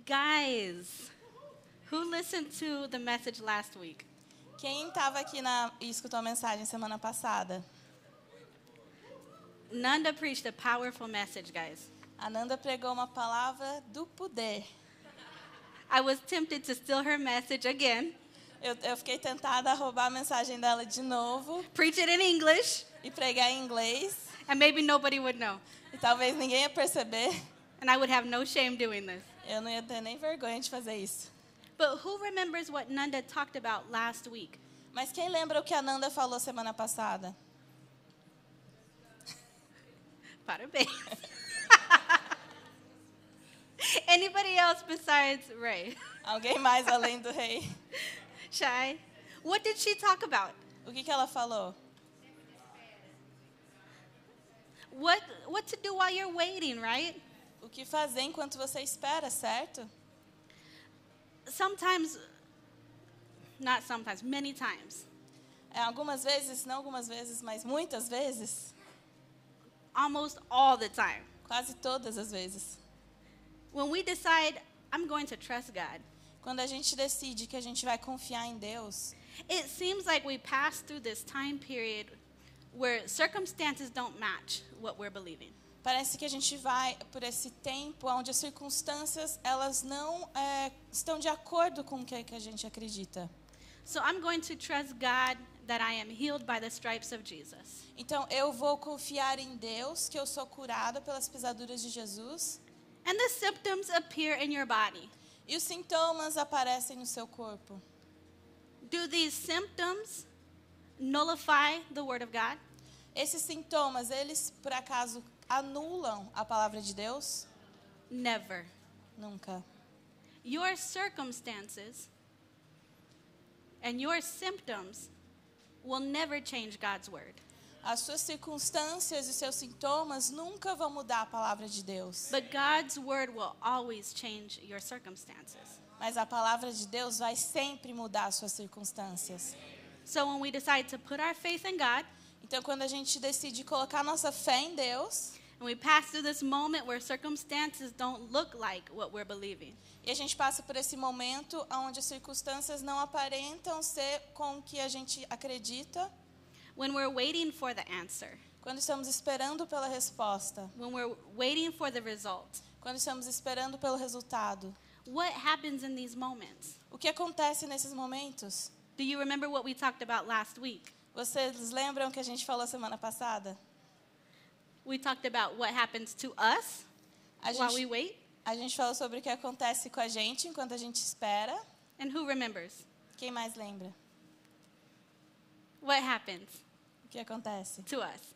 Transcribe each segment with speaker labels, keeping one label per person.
Speaker 1: Guys, who listened to the message last week?
Speaker 2: Quem estava aqui e escutou a mensagem semana passada?
Speaker 1: Nanda preached a powerful message, guys.
Speaker 2: A Nanda pregou uma palavra do poder.
Speaker 1: I was tempted to steal her message again.
Speaker 2: Eu fiquei tentada a roubar a mensagem dela de novo
Speaker 1: Preach it in English,
Speaker 2: e pregar em inglês.
Speaker 1: and maybe nobody would know.
Speaker 2: E talvez ninguém ia perceber.
Speaker 1: And I would have no shame doing this.
Speaker 2: Eu não ia ter nem vergonha de fazer isso.
Speaker 1: But who remembers what Nanda talked about last week?
Speaker 2: Mas quem lembra o que a Nanda falou semana passada?
Speaker 1: Parabéns. Anybody else besides Ray?
Speaker 2: Alguém mais além do rei?
Speaker 1: Shai? What did she talk about?
Speaker 2: O que ela falou?
Speaker 1: What to do while you're waiting, right?
Speaker 2: O que fazer enquanto você espera, certo?
Speaker 1: Many times.
Speaker 2: Algumas vezes, não algumas vezes, mas muitas vezes.
Speaker 1: Almost all the time.
Speaker 2: Quase todas as vezes.
Speaker 1: When we decide, I'm going to trust God.
Speaker 2: Quando a gente decide que a gente vai confiar em Deus,
Speaker 1: It seems like we pass through this time period where circumstances don't match what we're believing.
Speaker 2: parece que a gente vai por esse tempo onde as circunstâncias elas não estão de acordo com o que a gente acredita.
Speaker 1: So I'm going to trust God that I am healed by the stripes of Jesus.
Speaker 2: Então eu vou confiar em Deus que eu sou curada pelas pisaduras de Jesus.
Speaker 1: And the symptoms appear in your body.
Speaker 2: E os sintomas aparecem no seu corpo.
Speaker 1: Do these symptoms nullify the word of God?
Speaker 2: Esses sintomas, eles por acaso anulam a palavra de Deus?
Speaker 1: Never.
Speaker 2: Nunca.
Speaker 1: Your circumstances and your symptoms will never change God's word.
Speaker 2: As suas circunstâncias e seus sintomas nunca vão mudar a palavra de Deus.
Speaker 1: But God's word will always change your circumstances.
Speaker 2: Mas a palavra de Deus vai sempre mudar as suas circunstâncias.
Speaker 1: So when we decide to put our faith in God,
Speaker 2: Então, quando a gente decide colocar nossa fé em Deus,
Speaker 1: and we pass through this moment where circumstances don't look like what we're believing,
Speaker 2: e a gente passa por esse momento onde as circunstâncias não aparentam ser com o que a gente acredita,
Speaker 1: when we're waiting for the answer,
Speaker 2: quando estamos esperando pela resposta,
Speaker 1: when we're waiting for the result,
Speaker 2: quando estamos esperando pelo resultado,
Speaker 1: what happens in these moments?
Speaker 2: o que acontece nesses momentos?
Speaker 1: Do you remember what we talked about last week?
Speaker 2: Vocês lembram que a gente falou semana passada?
Speaker 1: We talked about what happens to us
Speaker 2: A
Speaker 1: while we
Speaker 2: gente,
Speaker 1: wait.
Speaker 2: a gente falou sobre o que acontece com a gente enquanto a gente espera.
Speaker 1: And who remembers?
Speaker 2: Quem mais lembra?
Speaker 1: What happens
Speaker 2: O que acontece?
Speaker 1: to us?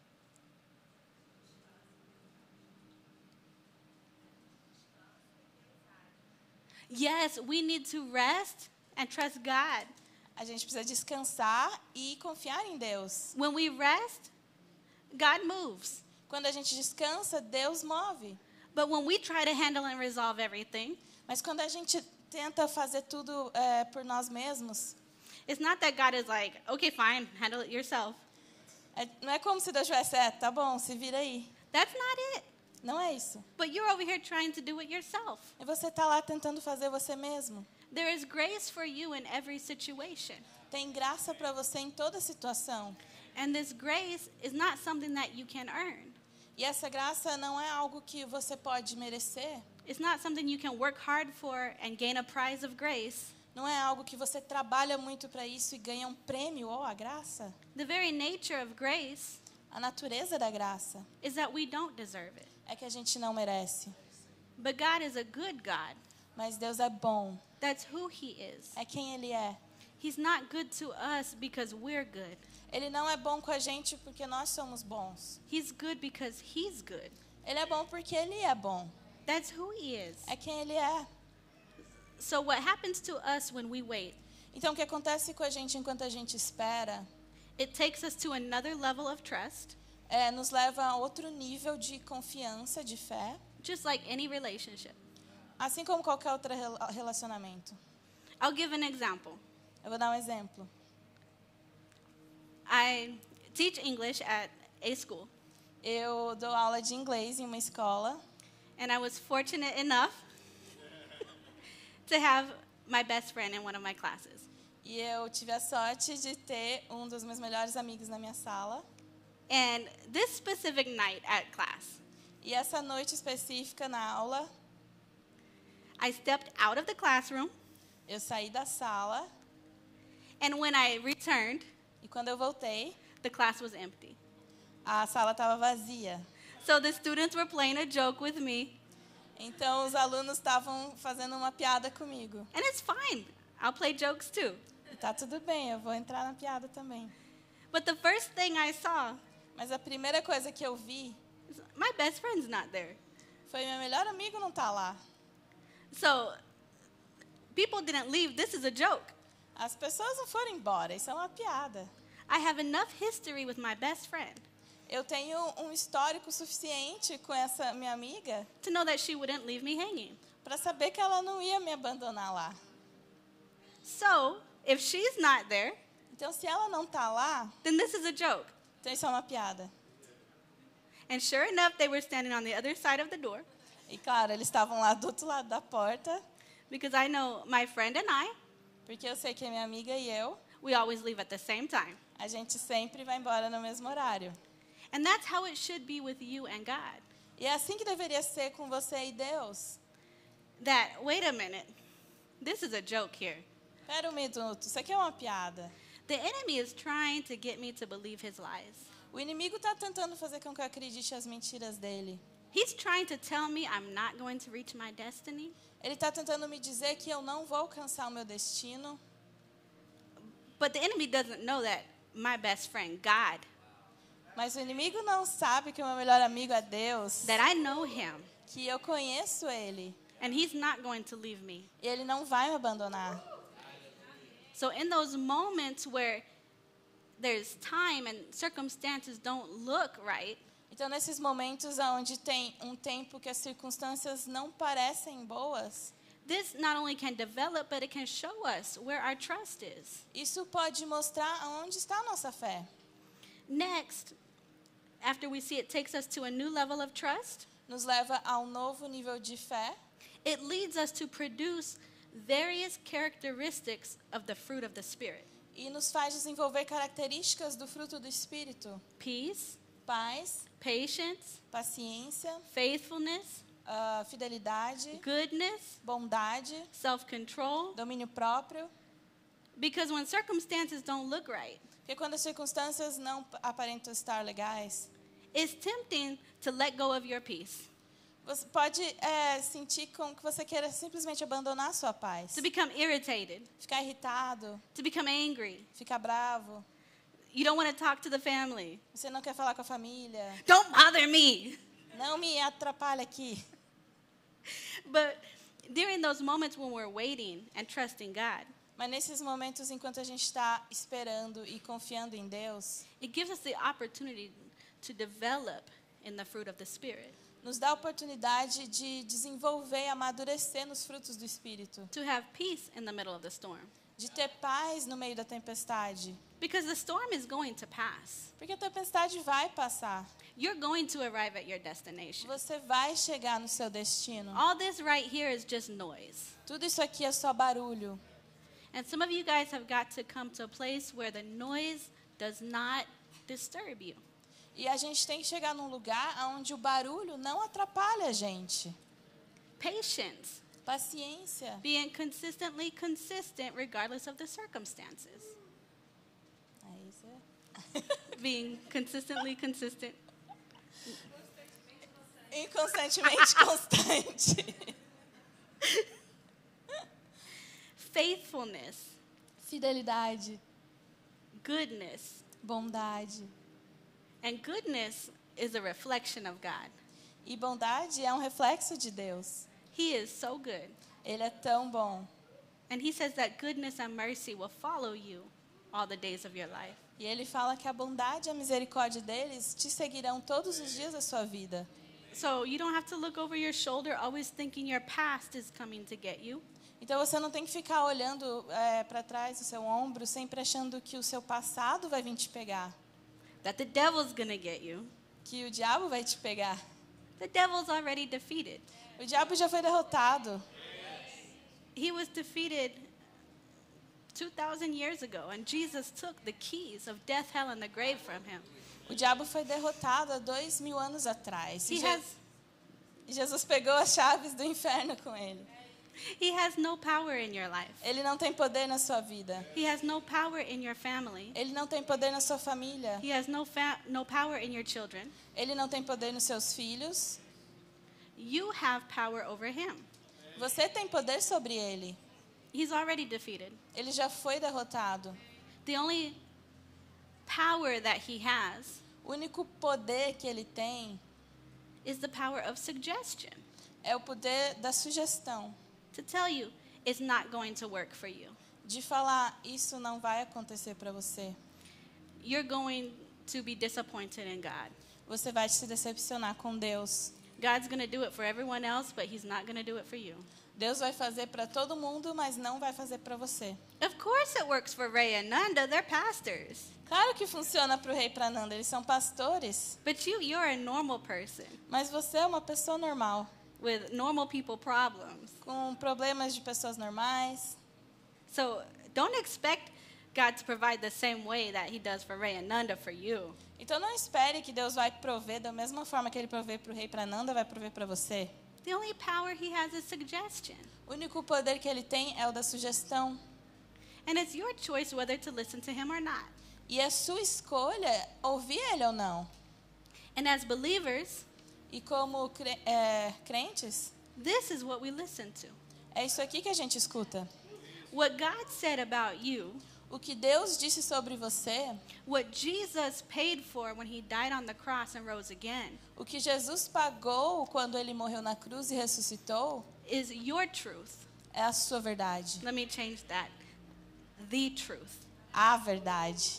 Speaker 1: Yes, we need to rest and trust God.
Speaker 2: A gente precisa descansar e confiar em Deus.
Speaker 1: When we rest, God moves.
Speaker 2: Quando a gente descansa, Deus move.
Speaker 1: But when we try to handle and resolve everything,
Speaker 2: Mas quando a gente tenta fazer tudo por nós mesmos,
Speaker 1: it's not that God is like, okay, fine, handle it yourself.
Speaker 2: não é como se Deus tivesse, tá bom, se vira aí.
Speaker 1: That's not it.
Speaker 2: Não é isso.
Speaker 1: But you're over here trying to do it yourself.
Speaker 2: E você está lá tentando fazer você mesmo.
Speaker 1: There is grace for you in every situation.
Speaker 2: Tem graça para você em toda situação.
Speaker 1: And this grace is not something that you can earn.
Speaker 2: E essa graça não é algo que você pode merecer.
Speaker 1: It's not something you can work hard for and gain a prize of grace.
Speaker 2: Não é algo que você trabalha muito para isso e ganha um prêmio, a graça.
Speaker 1: The very nature of grace
Speaker 2: A natureza da graça
Speaker 1: is that we don't deserve it.
Speaker 2: é que a gente não merece.
Speaker 1: But God is a good God.
Speaker 2: Mas Deus é bom.
Speaker 1: That's who He is.
Speaker 2: É quem Ele é.
Speaker 1: He's not good to us because we're good.
Speaker 2: Ele não é bom com a gente porque nós somos bons.
Speaker 1: He's good because He's good.
Speaker 2: Ele é bom porque Ele é bom.
Speaker 1: That's who He is.
Speaker 2: É quem Ele é.
Speaker 1: So what happens to us when we wait?
Speaker 2: Então, o que acontece com a gente enquanto a gente espera
Speaker 1: It takes us to another level of trust,
Speaker 2: nos leva a outro nível de confiança, de fé,
Speaker 1: just like any relationship.
Speaker 2: assim como qualquer outro relacionamento.
Speaker 1: I'll give an example.
Speaker 2: Eu vou dar um exemplo.
Speaker 1: I teach English at a school,
Speaker 2: Eu dou aula de inglês em uma escola
Speaker 1: and I was fortunate enough to have my best friend in one of my classes.
Speaker 2: E eu tive a sorte de ter um dos meus melhores amigos na minha sala.
Speaker 1: And this specific night at class,
Speaker 2: E essa noite específica na aula,
Speaker 1: I stepped out of the classroom,
Speaker 2: eu saí da sala
Speaker 1: and when I returned,
Speaker 2: e quando eu voltei,
Speaker 1: the class was empty.
Speaker 2: a sala estava vazia.
Speaker 1: So the students were playing a joke with me,
Speaker 2: Então os alunos estavam fazendo uma piada comigo.
Speaker 1: and it's fine. I'll play jokes too.
Speaker 2: E tá tudo bem, eu vou entrar na piada também.
Speaker 1: But the first thing I saw
Speaker 2: Mas a primeira coisa que eu vi
Speaker 1: is my best friend's not there.
Speaker 2: foi meu melhor amigo não tá lá.
Speaker 1: So people didn't leave. This is a joke.
Speaker 2: As pessoas não foram embora, isso é uma piada.
Speaker 1: I have enough history with my best friend
Speaker 2: Eu tenho um histórico suficiente com essa minha amiga
Speaker 1: to know that she wouldn't leave me hanging.
Speaker 2: para saber que ela não ia me abandonar lá.
Speaker 1: So if she's not there,
Speaker 2: Então, se ela não tá lá,
Speaker 1: then this is a joke.
Speaker 2: então isso é uma piada.
Speaker 1: And sure enough, they were standing on the other side of the door
Speaker 2: E claro, eles estavam lá do outro lado da porta,
Speaker 1: because I know my friend and I,
Speaker 2: porque eu sei que a minha amiga e eu,
Speaker 1: we always leave at the same time.
Speaker 2: a gente sempre vai embora no mesmo horário.
Speaker 1: And that's how it should be with you and God.
Speaker 2: E é assim que deveria ser com você e Deus.
Speaker 1: That, wait a minute, this is a joke here.
Speaker 2: Espera um minuto, isso aqui é uma piada.
Speaker 1: The enemy is trying to get me to believe his lies.
Speaker 2: O inimigo está tentando fazer com que eu acredite as mentiras dele.
Speaker 1: He's trying to tell me I'm not going to reach my destiny.
Speaker 2: Ele está tentando me dizer que eu não vou alcançar o meu destino.
Speaker 1: But the enemy doesn't know that my best friend, God,
Speaker 2: Mas o inimigo não sabe que o meu melhor amigo é Deus,
Speaker 1: that I know him,
Speaker 2: que eu conheço ele.
Speaker 1: and he's not going to leave me.
Speaker 2: E ele não vai me abandonar.
Speaker 1: So in those moments where there's time and circumstances don't look right,
Speaker 2: Então, nesses momentos onde tem um tempo que as circunstâncias não parecem boas,
Speaker 1: this not only can develop, but it can show us where our trust is.
Speaker 2: isso pode mostrar onde está a nossa fé.
Speaker 1: Next, after we see it takes us to a new level of trust,
Speaker 2: Nos leva a um novo nível de fé.
Speaker 1: it leads us to produce various characteristics of the fruit of the Spirit.
Speaker 2: E nos faz desenvolver características do fruto do Espírito.
Speaker 1: Peace,
Speaker 2: Paz,
Speaker 1: patience,
Speaker 2: paciência,
Speaker 1: faithfulness,
Speaker 2: fidelidade,
Speaker 1: goodness,
Speaker 2: bondade,
Speaker 1: self-control.
Speaker 2: domínio próprio.
Speaker 1: Because when circumstances don't look right,
Speaker 2: Porque quando as circunstâncias não aparentam estar legais,
Speaker 1: it's tempting to let go of your peace,
Speaker 2: você pode sentir como que você queira simplesmente abandonar a sua paz.
Speaker 1: to become irritated,
Speaker 2: Ficar irritado,
Speaker 1: to become angry.
Speaker 2: ficar bravo.
Speaker 1: You don't want to talk to the family.
Speaker 2: Você não quer falar com a família.
Speaker 1: Don't bother me.
Speaker 2: Não me atrapalhe aqui.
Speaker 1: But during those moments when we're waiting and trusting God,
Speaker 2: Mas nesses momentos, enquanto a gente está esperando e confiando em Deus,
Speaker 1: it gives us the opportunity to develop in the fruit of the Spirit,
Speaker 2: nos dá a oportunidade de desenvolver e amadurecer nos frutos do Espírito.
Speaker 1: to have peace in the middle of the storm.
Speaker 2: De ter paz no meio da tempestade.
Speaker 1: Because the storm is going to pass.
Speaker 2: Porque a tempestade vai passar.
Speaker 1: You're going to arrive at your destination.
Speaker 2: Você vai chegar no seu destino.
Speaker 1: All this right here is just noise.
Speaker 2: Tudo isso aqui é só barulho.
Speaker 1: And some of you guys have got to come to a place where the noise does not disturb you.
Speaker 2: E a gente tem que chegar num lugar onde o barulho não atrapalha a gente.
Speaker 1: Patience,
Speaker 2: Paciência.
Speaker 1: being consistently consistent regardless of the circumstances.
Speaker 2: É isso.
Speaker 1: Being consistently consistent.
Speaker 2: Inconstantemente constante.
Speaker 1: Faithfulness,
Speaker 2: Fidelidade.
Speaker 1: goodness.
Speaker 2: Bondade.
Speaker 1: And goodness is a reflection of God.
Speaker 2: E bondade é um reflexo de Deus.
Speaker 1: He is so good.
Speaker 2: Ele é tão bom.
Speaker 1: And he says that goodness and mercy will follow you all the days of your life.
Speaker 2: E ele fala que a bondade e a misericórdia deles te seguirão todos os dias da sua vida.
Speaker 1: So you don't have to look over your shoulder always thinking your past is coming to get you.
Speaker 2: Então você não tem que ficar olhando para trás do seu ombro, sempre achando que o seu passado vai vir te pegar.
Speaker 1: That the devil's going to get you.
Speaker 2: Que o diabo vai te pegar.
Speaker 1: The devil's already defeated.
Speaker 2: O diabo já foi derrotado.
Speaker 1: he was defeated 2,000 years ago, and Jesus took the keys of death, hell, and the grave from him.
Speaker 2: O diabo foi derrotado há 2000 anos atrás.
Speaker 1: He has,
Speaker 2: E Jesus pegou as chaves do inferno com ele.
Speaker 1: he has no power in your life.
Speaker 2: Ele não tem poder na sua vida.
Speaker 1: He has no power in your family.
Speaker 2: Ele não tem poder na sua família.
Speaker 1: He has no power in your children.
Speaker 2: Ele não tem poder nos seus filhos.
Speaker 1: You have power over him.
Speaker 2: Você tem poder sobre ele.
Speaker 1: He's already defeated.
Speaker 2: Ele já foi derrotado.
Speaker 1: The only power that he has
Speaker 2: O único poder que ele tem
Speaker 1: is the power of suggestion.
Speaker 2: é o poder da sugestão.
Speaker 1: To tell you, it's not going to work for you.
Speaker 2: De falar, isso não vai acontecer para você.
Speaker 1: You're going to be disappointed in God.
Speaker 2: Você vai se decepcionar com Deus.
Speaker 1: God's going to do it for everyone else, but he's not going to do it for you.
Speaker 2: Deus vai fazer para todo mundo, mas não vai fazer para você.
Speaker 1: Of course it works for Ray and Nanda. They're pastors.
Speaker 2: Claro que funciona para o rei e para Nanda, eles são pastores.
Speaker 1: But you're a normal person
Speaker 2: Mas você é uma pessoa normal,
Speaker 1: with normal people problems.
Speaker 2: com problemas de pessoas normais.
Speaker 1: So don't expect God to provide the same way that he does for Ray and Nanda for you.
Speaker 2: Então não espere que Deus vai prover da mesma forma que ele provê para o rei e para Nanda, vai prover para você.
Speaker 1: The only power he has is suggestion.
Speaker 2: O único poder que ele tem é o da sugestão.
Speaker 1: And it's your choice whether to listen to him or not.
Speaker 2: E é sua escolha ouvir ele ou não.
Speaker 1: And as believers,
Speaker 2: E como crentes,
Speaker 1: this is what we listen to.
Speaker 2: é isso aqui que a gente escuta.
Speaker 1: What God said about you,
Speaker 2: O que Deus disse sobre você,
Speaker 1: what Jesus paid for when he died on the cross and rose again,
Speaker 2: o que Jesus pagou quando ele morreu na cruz e ressuscitou,
Speaker 1: is your truth.
Speaker 2: é a sua verdade.
Speaker 1: Let me change that. The truth.
Speaker 2: A verdade.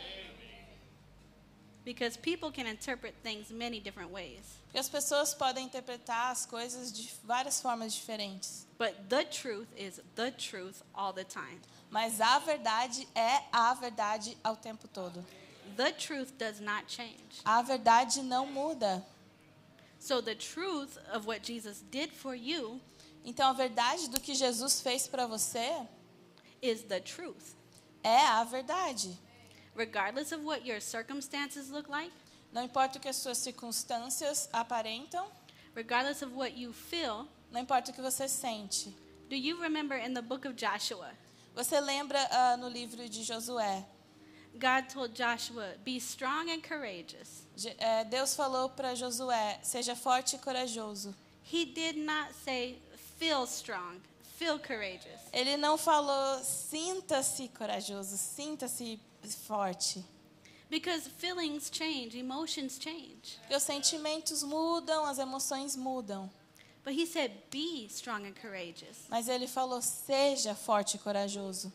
Speaker 1: Because people can interpret things many different ways.
Speaker 2: Porque as pessoas podem interpretar as coisas de várias formas diferentes.
Speaker 1: But the truth is the truth all the time.
Speaker 2: Mas a verdade é a verdade ao tempo todo.
Speaker 1: The truth does not change.
Speaker 2: A verdade não muda.
Speaker 1: So the truth of what Jesus did for you
Speaker 2: Então a verdade do que Jesus fez para você
Speaker 1: is the truth.
Speaker 2: é a verdade.
Speaker 1: Regardless of what your circumstances look like,
Speaker 2: Não importa o que as suas circunstâncias aparentam,
Speaker 1: regardless of what you feel,
Speaker 2: não importa o que você sente.
Speaker 1: do you remember in the book of Joshua,
Speaker 2: Você lembra no livro de Josué,
Speaker 1: God told Joshua, be strong and courageous.
Speaker 2: Deus falou para Josué, seja forte e corajoso.
Speaker 1: He did not say, feel strong, feel courageous.
Speaker 2: Ele não falou, sinta-se corajoso, sinta-se forte.
Speaker 1: Because feelings change, emotions change.
Speaker 2: Porque os sentimentos mudam, as emoções mudam.
Speaker 1: But he said, be strong and courageous.
Speaker 2: Mas ele falou, seja forte e corajoso.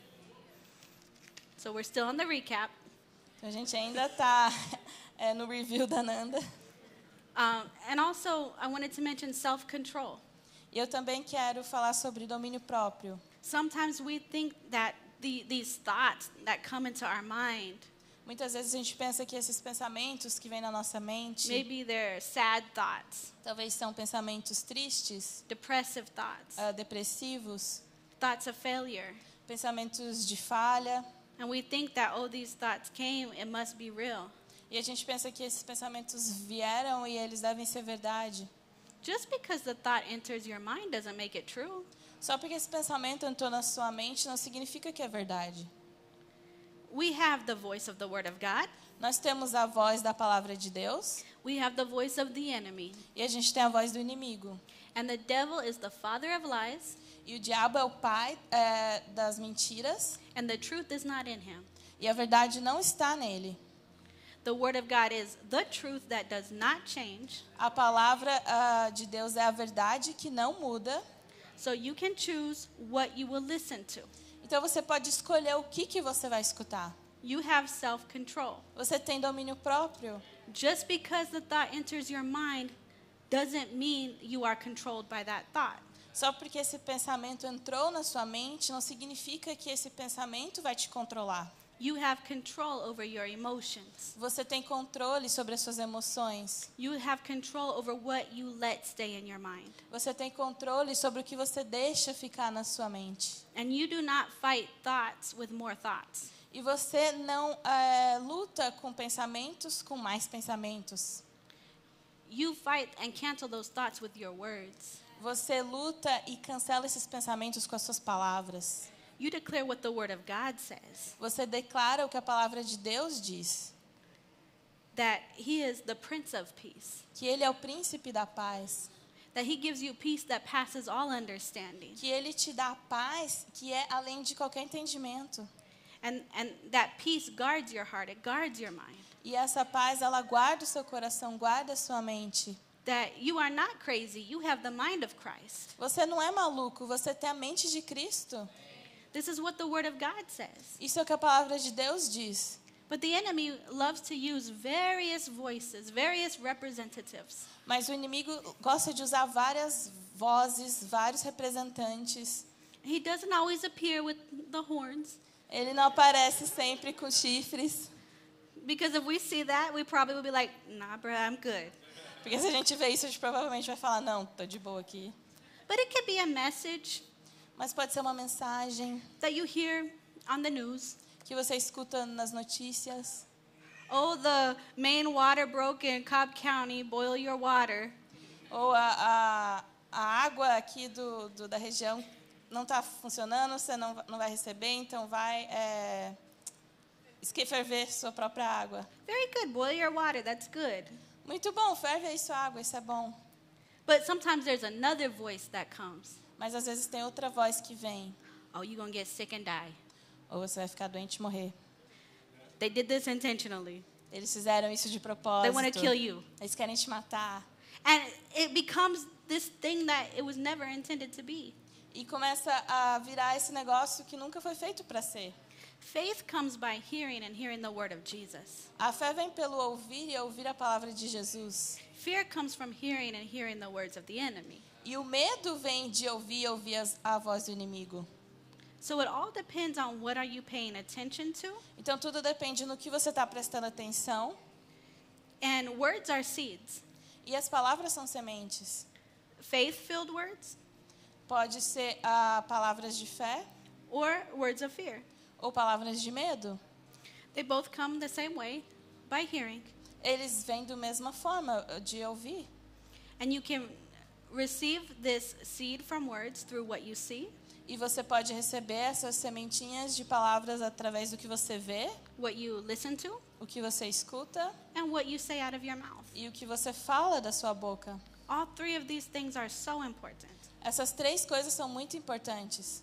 Speaker 1: So we're still on the recap.
Speaker 2: Então, a gente ainda está no review da Nanda.
Speaker 1: And also, I wanted to mention self-control.
Speaker 2: E eu também quero falar sobre domínio próprio.
Speaker 1: Sometimes we think that these thoughts that come into our mind,
Speaker 2: Muitas vezes a gente pensa que esses pensamentos que vêm na nossa mente,
Speaker 1: maybe they're sad thoughts,
Speaker 2: talvez são pensamentos tristes,
Speaker 1: depressive thoughts,
Speaker 2: depressivos,
Speaker 1: thoughts of failure.
Speaker 2: pensamentos de falha.
Speaker 1: And we think that, oh, these thoughts came, it must be real.
Speaker 2: E a gente pensa que esses pensamentos vieram e eles devem ser verdade.
Speaker 1: Just because the thought enters your mind doesn't make it true.
Speaker 2: Só porque esse pensamento entrou na sua mente não significa que é verdade.
Speaker 1: We have the voice of the Word of God.
Speaker 2: Nós temos a voz da palavra de Deus
Speaker 1: We have the voice of the enemy.
Speaker 2: e a gente tem a voz do inimigo.
Speaker 1: And the devil is the father of lies,
Speaker 2: E o diabo é o pai das mentiras
Speaker 1: and the truth is not in him.
Speaker 2: e a verdade não está nele.
Speaker 1: The Word of God is the truth that does not change.
Speaker 2: A palavra de Deus é a verdade que não muda.
Speaker 1: So you can choose what you will listen to.
Speaker 2: Então você pode escolher o que você vai escutar.
Speaker 1: You have self-control.
Speaker 2: Você tem domínio próprio.
Speaker 1: Just because the thought enters your mind doesn't mean you are controlled by that thought.
Speaker 2: Só porque esse pensamento entrou na sua mente não significa que esse pensamento vai te controlar.
Speaker 1: You have control over your emotions.
Speaker 2: Você tem controle sobre as suas emoções.
Speaker 1: You have control over what you let stay in your mind.
Speaker 2: Você tem controle sobre o que você deixa ficar na sua mente.
Speaker 1: And you do not fight thoughts with more thoughts.
Speaker 2: E você não luta com pensamentos com mais pensamentos.
Speaker 1: You fight and cancel those thoughts with your words.
Speaker 2: Você luta e cancela esses pensamentos com as suas palavras.
Speaker 1: You declare what the Word of God says.
Speaker 2: Você declara o que a palavra de Deus diz.
Speaker 1: That He is the Prince of Peace.
Speaker 2: Que Ele é o príncipe da paz.
Speaker 1: That He gives you peace that passes all understanding.
Speaker 2: Que Ele te dá paz que é além de qualquer entendimento.
Speaker 1: And that peace guards your heart. It guards your mind.
Speaker 2: E essa paz, ela guarda o seu coração, guarda a sua mente.
Speaker 1: That you are not crazy. You have the mind of Christ.
Speaker 2: Você não é maluco, você tem a mente de Cristo.
Speaker 1: This is what the Word of God says.
Speaker 2: Isso é o que a palavra de Deus diz.
Speaker 1: But the enemy loves to use various voices, various representatives.
Speaker 2: Mas o inimigo gosta de usar várias vozes, vários representantes.
Speaker 1: He doesn't always appear with the horns.
Speaker 2: Ele não aparece sempre com chifres.
Speaker 1: Because if we see that, we probably will be like, nah, bro, I'm good.
Speaker 2: Porque se a gente vê isso, a gente provavelmente vai falar, não, tô de boa aqui.
Speaker 1: But it could be a message
Speaker 2: Mas pode ser uma mensagem
Speaker 1: that you hear on the news.
Speaker 2: que você escuta nas notícias.
Speaker 1: Oh, the main water broke in Cobb County, boil your water.
Speaker 2: Ou a água aqui da região não está funcionando, você não vai receber, então vai ferver sua própria água.
Speaker 1: Very good, boil your water, that's good.
Speaker 2: Muito bom, ferve aí sua água, isso é bom.
Speaker 1: But sometimes there's another voice that comes.
Speaker 2: Mas às vezes tem outra voz que vem.
Speaker 1: Oh, you're going to get sick and die.
Speaker 2: Ou você vai ficar doente e morrer.
Speaker 1: They did this intentionally.
Speaker 2: Eles fizeram isso de
Speaker 1: They
Speaker 2: propósito.
Speaker 1: want to kill you.
Speaker 2: Eles querem te matar.
Speaker 1: And it becomes this thing that it was never intended to be.
Speaker 2: E começa a virar esse negócio que nunca foi feito para ser.
Speaker 1: Faith comes by hearing and hearing the word of Jesus.
Speaker 2: A fé vem pelo ouvir e ouvir a palavra de Jesus.
Speaker 1: Fear comes from hearing and hearing the words of the enemy.
Speaker 2: E o medo vem de ouvir e ouvir a voz do inimigo.
Speaker 1: So it all depends on what are you paying attention to.
Speaker 2: Então tudo depende no que você está prestando atenção.
Speaker 1: And words are seeds.
Speaker 2: E as palavras são sementes.
Speaker 1: Faith-filled words
Speaker 2: Pode ser palavras de fé
Speaker 1: or words of fear.
Speaker 2: ou palavras de medo.
Speaker 1: They both come the same way, by hearing.
Speaker 2: Eles vêm da mesma forma de ouvir.
Speaker 1: And you can receive this seed from words through what you see,
Speaker 2: E você pode receber essas sementinhas de palavras através do que você vê,
Speaker 1: what you listen to,
Speaker 2: o que você escuta
Speaker 1: and what you say out of your mouth.
Speaker 2: e o que você fala da sua boca.
Speaker 1: All three of these things are so important.
Speaker 2: Essas três coisas são muito importantes.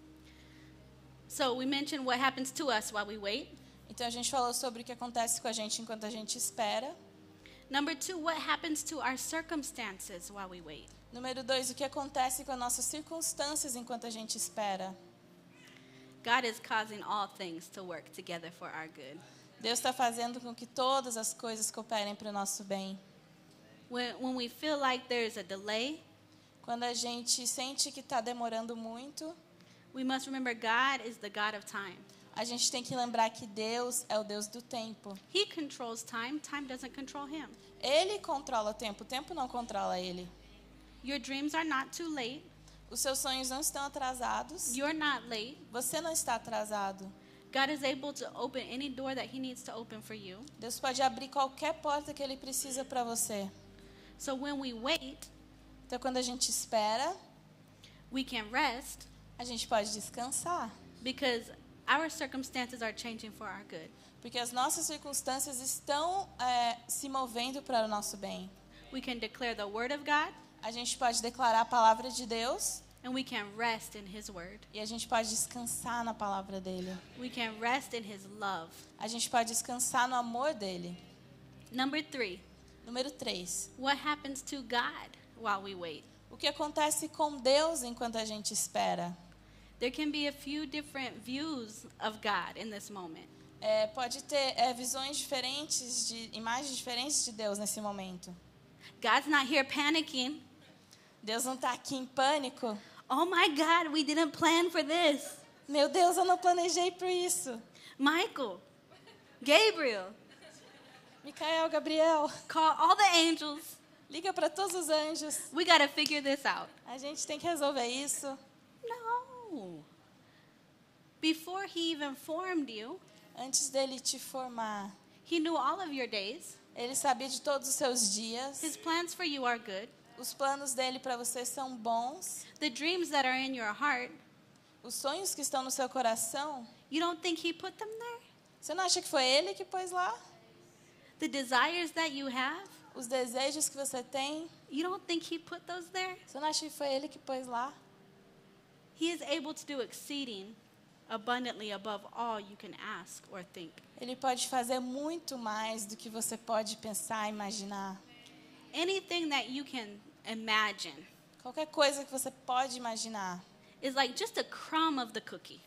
Speaker 1: So we mentioned what happens to us while we wait.
Speaker 2: Então a gente falou sobre o que acontece com a gente enquanto a gente espera.
Speaker 1: Number 2, what happens to our circumstances while we wait.
Speaker 2: Número 2, o que acontece com as nossas circunstâncias enquanto a gente espera.
Speaker 1: God is causing all things to work together for our good.
Speaker 2: Deus está fazendo com que todas as coisas cooperem para o nosso bem.
Speaker 1: When we feel like there's a delay,
Speaker 2: Quando a gente sente que está demorando muito,
Speaker 1: we must remember God is the God of time.
Speaker 2: a gente tem que lembrar que Deus é o Deus do tempo.
Speaker 1: He controls time. Time doesn't control him.
Speaker 2: Ele controla o tempo não controla ele.
Speaker 1: Your dreams are not too late.
Speaker 2: Os seus sonhos não estão atrasados.
Speaker 1: You're not late.
Speaker 2: Você não está atrasado.
Speaker 1: God is able to open any door that he needs to open for you.
Speaker 2: Deus pode abrir qualquer porta que Ele precisa para você.
Speaker 1: So when we wait,
Speaker 2: Então, quando a gente espera,
Speaker 1: we can rest
Speaker 2: a gente pode descansar.
Speaker 1: because our circumstances are changing for our good.
Speaker 2: Porque as nossas circunstâncias estão se movendo para o nosso bem.
Speaker 1: We can declare the word of God,
Speaker 2: A gente pode declarar a palavra de Deus
Speaker 1: and we can rest in his word.
Speaker 2: e a gente pode descansar na palavra dele.
Speaker 1: We can rest in his love.
Speaker 2: A gente pode descansar no amor dele.
Speaker 1: Number 3,
Speaker 2: Número 3.
Speaker 1: what happens to God while we wait?
Speaker 2: O que acontece com Deus enquanto a gente espera?
Speaker 1: There can be a few different views of God in this moment.
Speaker 2: Pode ter visões diferentes, imagens diferentes de Deus nesse momento.
Speaker 1: God's not here panicking.
Speaker 2: Deus não está aqui em pânico.
Speaker 1: Oh my God, we didn't plan for this.
Speaker 2: Meu Deus, eu não planejei por isso.
Speaker 1: Michael, Gabriel,
Speaker 2: Micael, Gabriel,
Speaker 1: call all the angels.
Speaker 2: liga para todos os anjos.
Speaker 1: We got to figure this out.
Speaker 2: A gente tem que resolver isso.
Speaker 1: No. Before he even formed you,
Speaker 2: Antes dele te formar,
Speaker 1: he knew all of your days.
Speaker 2: ele sabia de todos os seus dias.
Speaker 1: His plans for you are good.
Speaker 2: Os planos dele para você são bons.
Speaker 1: The dreams that are in your heart,
Speaker 2: Os sonhos que estão no seu coração,
Speaker 1: you don't think he put them there?
Speaker 2: você não acha que foi ele que pôs lá?
Speaker 1: The desires that you have,
Speaker 2: Os desejos que você tem,
Speaker 1: you don't think he put those there?
Speaker 2: você não acha que foi ele que pôs lá?
Speaker 1: He is able to do exceeding abundantly above all you can ask or think.
Speaker 2: Ele pode fazer muito mais do que você pode pensar, imaginar.
Speaker 1: Anything that you can imagine
Speaker 2: Qualquer coisa que você pode imaginar.
Speaker 1: is like just a crumb of the cookie.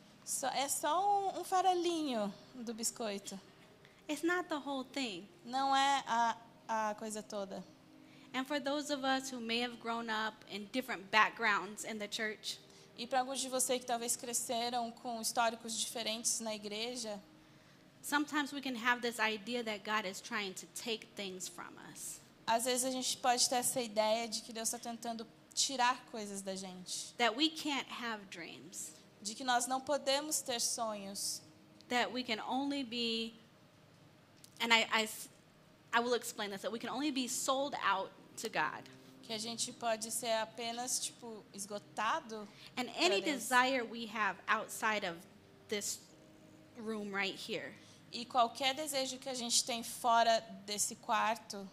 Speaker 2: É só um farelinho do biscoito.
Speaker 1: It's not the whole thing.
Speaker 2: Não é a coisa toda.
Speaker 1: And for those of us who may have grown up in different backgrounds in the church,
Speaker 2: E para alguns de vocês que talvez cresceram com históricos diferentes na igreja,
Speaker 1: sometimes we can have this idea that God is trying to take things from us.
Speaker 2: às vezes a gente pode ter essa ideia de que Deus está tentando tirar coisas da gente.
Speaker 1: That we can't have dreams.
Speaker 2: De que nós não podemos ter sonhos.
Speaker 1: That we can only be, and I will explain this, that we can only be sold out to God.
Speaker 2: Que a gente pode ser apenas, tipo, esgotado.
Speaker 1: And any
Speaker 2: Deus.
Speaker 1: desire we have outside of this room right here
Speaker 2: E qualquer desejo que a gente tem fora desse quarto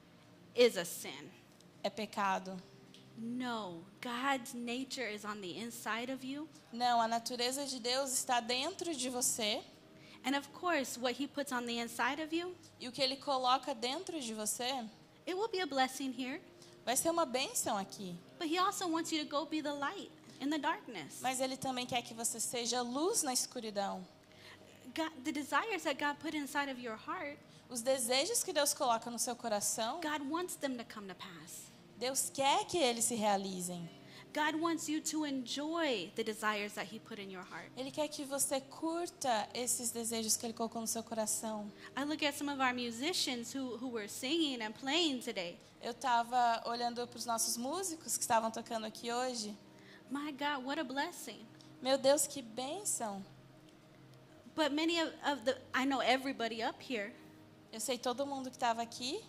Speaker 1: is a sin.
Speaker 2: é pecado.
Speaker 1: No, God's nature is on the inside of you.
Speaker 2: Não, a natureza de Deus está dentro de você.
Speaker 1: And of course, what he puts on the inside of you,
Speaker 2: E o que Ele coloca dentro de você
Speaker 1: it will be a blessing here.
Speaker 2: vai ser uma bênção aqui.
Speaker 1: But he also wants you to go be the light in the darkness.
Speaker 2: Mas Ele também quer que você seja luz na escuridão.
Speaker 1: God, the desires that God put inside of your heart,
Speaker 2: Os desejos que Deus coloca no seu coração,
Speaker 1: God wants them to come to pass.
Speaker 2: Deus quer que eles se realizem.
Speaker 1: God wants you to enjoy the desires that he put in your heart.
Speaker 2: Ele quer que você curta esses desejos que Ele colocou no seu coração.
Speaker 1: I look at some of our musicians who were singing and playing today.
Speaker 2: Eu estava olhando para os nossos músicos que estavam tocando aqui hoje.
Speaker 1: My God, what a blessing.
Speaker 2: Meu Deus, que bênção.
Speaker 1: But many of the, I know everybody up here,
Speaker 2: Eu sei todo mundo que estava aqui,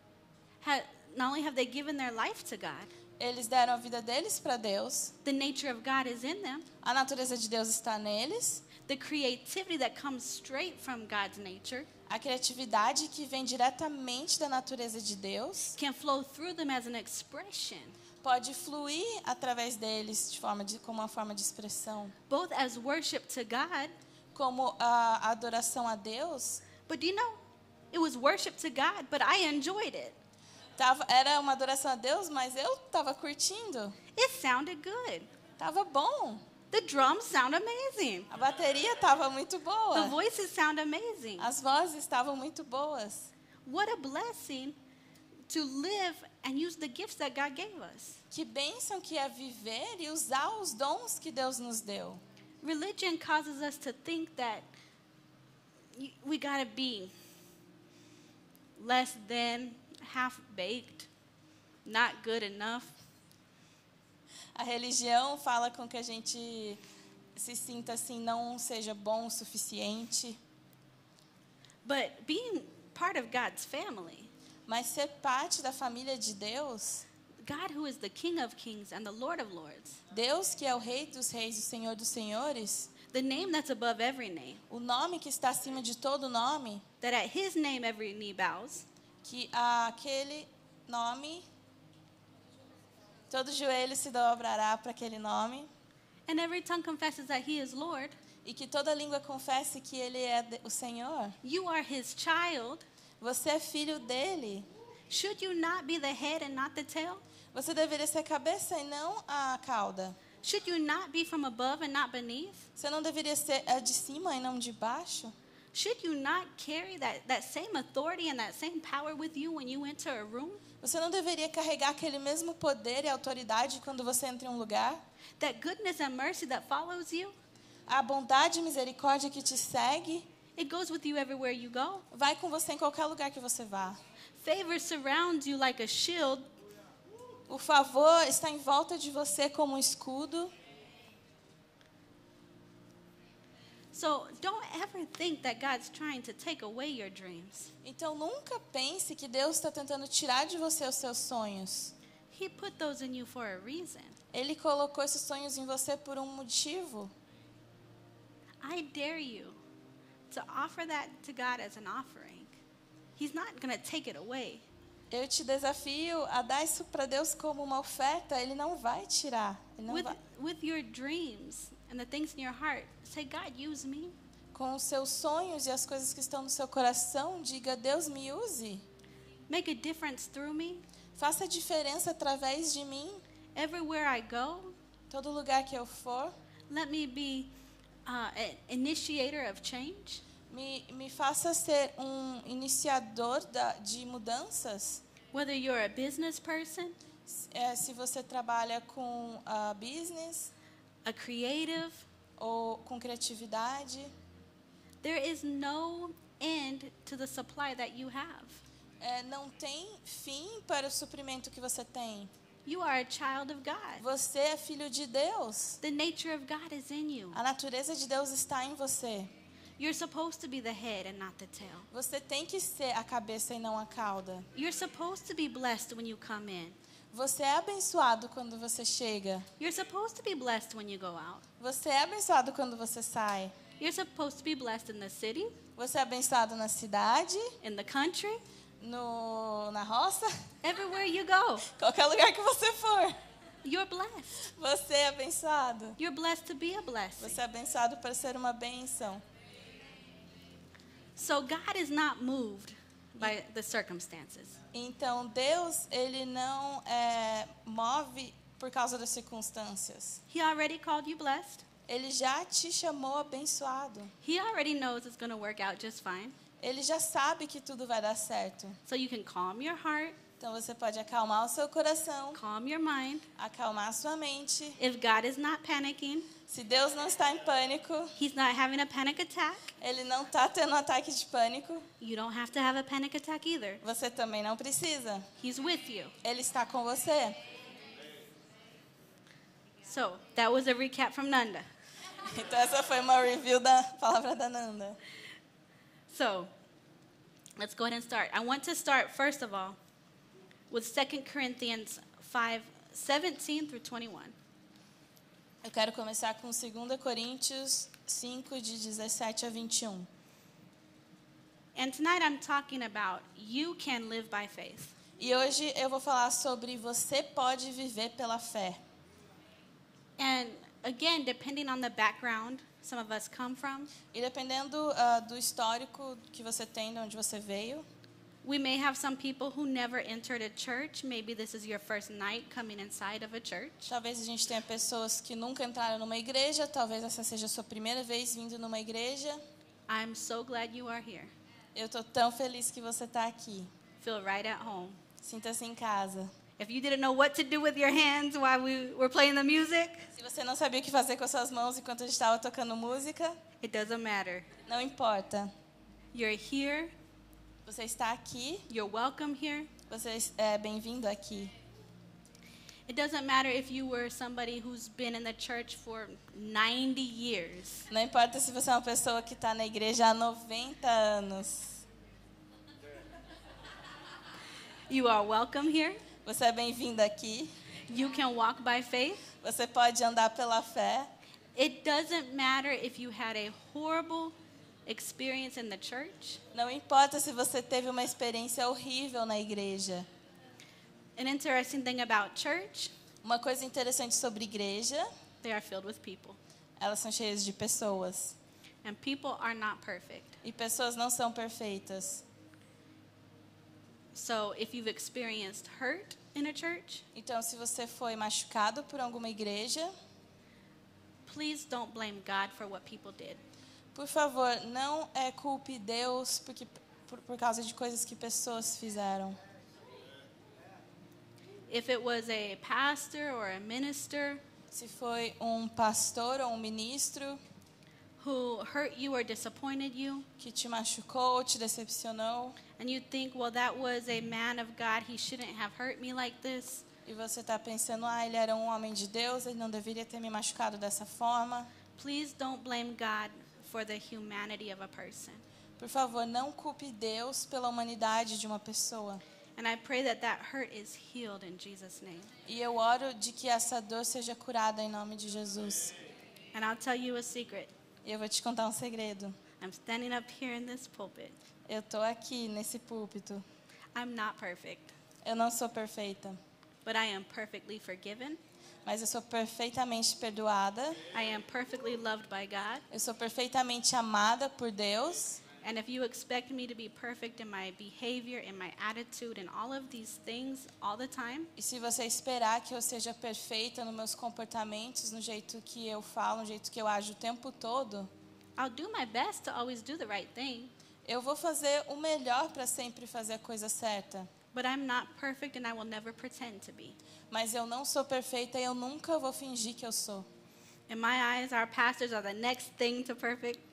Speaker 1: not only have they given their life to God,
Speaker 2: eles deram a vida deles para Deus.
Speaker 1: the nature of God is in them.
Speaker 2: A natureza de Deus está neles.
Speaker 1: The creativity that comes straight from God's nature
Speaker 2: A criatividade que vem diretamente da natureza de Deus
Speaker 1: can flow through them as an expression,
Speaker 2: pode fluir através deles como uma forma de expressão,
Speaker 1: both as worship to God,
Speaker 2: como a adoração a Deus.
Speaker 1: but do you know, it was worship to God, but I enjoyed it.
Speaker 2: Era uma adoração a Deus, mas eu estava curtindo.
Speaker 1: It sounded good.
Speaker 2: Tava bom.
Speaker 1: The drums sound amazing.
Speaker 2: A bateria estava muito
Speaker 1: The
Speaker 2: boa.
Speaker 1: voices sound amazing.
Speaker 2: As vozes estavam muito boas.
Speaker 1: What a blessing to live and use the gifts that God gave us.
Speaker 2: Que bênção que é viver e usar os dons que Deus nos deu.
Speaker 1: Religion causes us to think that we gotta be less than, half-baked, not good enough.
Speaker 2: A religião fala com que a gente se sinta assim, não seja bom o suficiente.
Speaker 1: But being part of God's family,
Speaker 2: Mas ser parte da família de Deus,
Speaker 1: God who is the King of Kings and the Lord of Lords,
Speaker 2: Deus que é o Rei dos Reis, o Senhor dos Senhores,
Speaker 1: the name that's above every name,
Speaker 2: o nome que está acima de todo nome,
Speaker 1: that at his name every knee bows,
Speaker 2: que aquele nome, todo joelho se dobrará para aquele nome,
Speaker 1: and every tongue confesses that he is Lord.
Speaker 2: e que toda língua confesse que Ele é o Senhor.
Speaker 1: You are his child.
Speaker 2: Você é filho dele.
Speaker 1: Should you not be the head and not the tail?
Speaker 2: Você deveria ser a cabeça e não a cauda.
Speaker 1: Should you not be from above and not beneath?
Speaker 2: Você não deveria ser a de cima e não de baixo.
Speaker 1: Should you not carry that same authority and that same power with you when you enter a room?
Speaker 2: Você não deveria carregar aquele mesmo poder e autoridade quando você entra em um lugar.
Speaker 1: That goodness and mercy that follows you?
Speaker 2: a bondade e misericórdia que te segue
Speaker 1: it goes with you everywhere you go.
Speaker 2: vai com você em qualquer lugar que você vá.
Speaker 1: Favor surrounds you like a shield.
Speaker 2: O favor está em volta de você como um escudo.
Speaker 1: So don't ever think that God's trying to take away your dreams.
Speaker 2: Então nunca pense que Deus está tentando tirar de você os seus sonhos.
Speaker 1: He put those in you for a reason.
Speaker 2: Ele colocou esses sonhos em você por um motivo.
Speaker 1: I dare you to offer that to God as an offering. He's not going to take it away.
Speaker 2: Eu te desafio a dar isso para Deus como uma oferta. Ele não vai tirar. Ele não vai.
Speaker 1: With your dreams and the things in your heart, say, God, use me.
Speaker 2: Com os seus sonhos e as coisas que estão no seu coração, diga, Deus, me use.
Speaker 1: Make a difference through me.
Speaker 2: Faça a diferença através de mim.
Speaker 1: Everywhere I go,
Speaker 2: Todo lugar que eu for,
Speaker 1: let me be an initiator of change.
Speaker 2: me faça ser um iniciador de mudanças.
Speaker 1: Whether you're a business person,
Speaker 2: Se você trabalha com business
Speaker 1: a creative,
Speaker 2: ou com criatividade,
Speaker 1: there is no end to the supply that you have.
Speaker 2: não tem fim para o suprimento que você tem.
Speaker 1: You are a child of God.
Speaker 2: Você é filho de Deus.
Speaker 1: The nature of God is in you.
Speaker 2: A natureza de Deus está em você.
Speaker 1: You're supposed to be the head and not the tail.
Speaker 2: Você tem que ser a cabeça e não a cauda.
Speaker 1: You're supposed to be blessed when you come in.
Speaker 2: Você é abençoado quando você chega.
Speaker 1: You're supposed to be blessed when you go out.
Speaker 2: Você é abençoado quando você sai.
Speaker 1: You're supposed to be blessed in the city,
Speaker 2: Você é abençoado na cidade,
Speaker 1: in the country,
Speaker 2: na roça,
Speaker 1: everywhere you go.
Speaker 2: qualquer lugar que você for.
Speaker 1: You're blessed.
Speaker 2: Você é abençoado.
Speaker 1: You're blessed to be a blessing.
Speaker 2: Você é abençoado para ser uma bênção.
Speaker 1: So God is not moved by the circumstances.
Speaker 2: Então, Deus, ele não move por causa das circunstâncias.
Speaker 1: He already called you blessed.
Speaker 2: Ele já te chamou abençoado.
Speaker 1: He already knows it's going to work out just fine.
Speaker 2: Ele já sabe que tudo vai dar certo.
Speaker 1: So you can calm your heart,
Speaker 2: Então, você pode acalmar o seu coração,
Speaker 1: calm your mind.
Speaker 2: acalmar a sua mente.
Speaker 1: If God is not panicking,
Speaker 2: Se Deus não está em pânico,
Speaker 1: He's not having a panic attack,
Speaker 2: ele não está tendo um ataque de pânico,
Speaker 1: you don't have to have a panic attack either.
Speaker 2: você também não precisa.
Speaker 1: He's with you.
Speaker 2: Ele está com você.
Speaker 1: So that was a recap from Nanda.
Speaker 2: Então, essa foi uma review da palavra da Nanda.
Speaker 1: So let's go ahead and start. I want to start, first of all, with 2 Corinthians 5:17 through 21.
Speaker 2: Eu quero começar com 2 Coríntios 5, de 17 a 21.
Speaker 1: And tonight I'm talking about you can live by faith.
Speaker 2: E hoje eu vou falar sobre você pode viver pela fé.
Speaker 1: And again, depending on the background some of us come from,
Speaker 2: E dependendo do histórico que você tem, de onde você veio,
Speaker 1: we may have some people who never entered a church. Maybe this is your first night coming inside of a church.
Speaker 2: talvez a gente tenha pessoas que nunca entraram numa igreja, talvez essa seja a sua primeira vez vindo numa igreja.
Speaker 1: I'm so glad you are here.
Speaker 2: Eu estou tão feliz que você está aqui.
Speaker 1: Feel right at home.
Speaker 2: Sinta-se em casa.
Speaker 1: If you didn't know what to do with your hands while we were playing the music,
Speaker 2: Se você não sabia o que fazer com as suas mãos enquanto a gente estava tocando música,
Speaker 1: it doesn't matter.
Speaker 2: não importa.
Speaker 1: You're here.
Speaker 2: Você está aqui,
Speaker 1: You're welcome here.
Speaker 2: você é bem-vindo aqui.
Speaker 1: It doesn't matter if you were somebody who's been in the church for 90 years.
Speaker 2: Não importa se você é uma pessoa que está na igreja há 90 anos.
Speaker 1: You are welcome here.
Speaker 2: Você é bem-vindo aqui.
Speaker 1: You can walk by faith.
Speaker 2: Você pode andar pela fé.
Speaker 1: It doesn't matter if you had a horrible experience in the church.
Speaker 2: Não importa se você teve uma experiência horrível na igreja.
Speaker 1: An interesting thing about church,
Speaker 2: Uma coisa interessante sobre igreja,
Speaker 1: they are filled with people.
Speaker 2: elas são cheias de pessoas.
Speaker 1: And people are not perfect.
Speaker 2: E pessoas não são perfeitas.
Speaker 1: So if you've experienced hurt in a church,
Speaker 2: Então, se você foi machucado por alguma igreja,
Speaker 1: please don't blame God for what people did.
Speaker 2: por favor, não culpe Deus por causa de coisas que pessoas fizeram.
Speaker 1: If it was a pastor or a minister,
Speaker 2: Se foi um pastor ou um ministro,
Speaker 1: who hurt you or disappointed you,
Speaker 2: que te machucou, te decepcionou,
Speaker 1: and you think, well, that was a man of God, he shouldn't have hurt me like this.
Speaker 2: e você está pensando, ele era um homem de Deus, ele não deveria ter me machucado dessa forma.
Speaker 1: Please don't blame God for the humanity of a person.
Speaker 2: Por favor, não culpe Deus pela humanidade de uma pessoa.
Speaker 1: And I pray that that hurt is healed in Jesus' name.
Speaker 2: E eu oro de que essa dor seja curada em nome de Jesus.
Speaker 1: And I'll tell you a secret.
Speaker 2: E eu vou te contar um segredo.
Speaker 1: I'm standing up here in this pulpit.
Speaker 2: Eu estou aqui nesse púlpito.
Speaker 1: I'm not perfect,
Speaker 2: Eu não sou perfeita,
Speaker 1: but I am perfectly forgiven.
Speaker 2: mas eu sou perfeitamente perdoada.
Speaker 1: I am perfectly loved by God.
Speaker 2: Eu sou perfeitamente amada por Deus.
Speaker 1: And if you expect me to be perfect in my behavior, in my attitude, and all of these things all the time,
Speaker 2: E se você esperar que eu seja perfeita nos meus comportamentos, no jeito que eu falo, no jeito que eu ajo o tempo todo,
Speaker 1: I'll do my best to always do the right thing.
Speaker 2: eu vou fazer o melhor para sempre fazer a coisa certa.
Speaker 1: But I'm not perfect and I will never pretend to be.
Speaker 2: Mas eu não sou perfeita e eu nunca vou fingir que eu sou.
Speaker 1: In my eyes, our pastors are the next thing to perfect.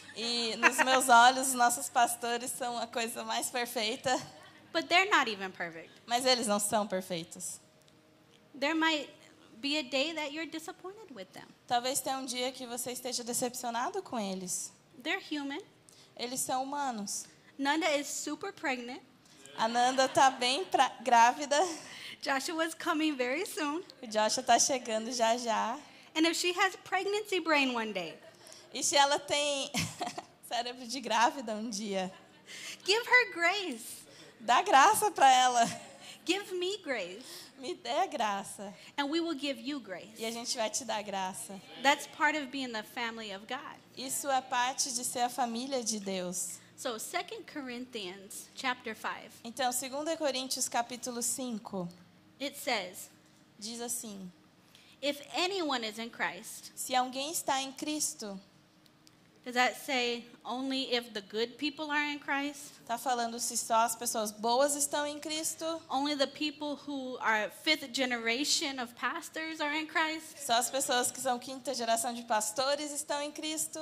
Speaker 2: E nos meus olhos, os nossos pastores são a coisa mais perfeita,
Speaker 1: But they're not even perfect.
Speaker 2: mas eles não são perfeitos.
Speaker 1: There might be a day that you're disappointed with them.
Speaker 2: Talvez tenha um dia que você esteja decepcionado com eles.
Speaker 1: They're human.
Speaker 2: Eles são humanos.
Speaker 1: Nanda is super pregnant.
Speaker 2: A Nanda está bem grávida.
Speaker 1: Joshua's coming very soon.
Speaker 2: O Joshua está chegando já já.
Speaker 1: And if she has pregnancy brain one day,
Speaker 2: E se ela tem cérebro de grávida um dia,
Speaker 1: give her grace.
Speaker 2: dá graça para ela.
Speaker 1: Give me grace.
Speaker 2: Me dê a graça.
Speaker 1: And we will give you grace.
Speaker 2: E a gente vai te dar graça.
Speaker 1: That's part of being the family of God.
Speaker 2: Isso é parte de ser a família de Deus.
Speaker 1: So 2 Corinthians chapter 5,
Speaker 2: Então, 2 Coríntios capítulo 5,
Speaker 1: it says,
Speaker 2: diz assim:
Speaker 1: if anyone is in Christ,
Speaker 2: se alguém está em Cristo,
Speaker 1: does that say only if the good people are in Christ?
Speaker 2: está falando se só as pessoas boas estão em Cristo?
Speaker 1: Only the people who are fifth generation of pastors are in Christ?
Speaker 2: Só as pessoas que são quinta geração de pastores estão em Cristo?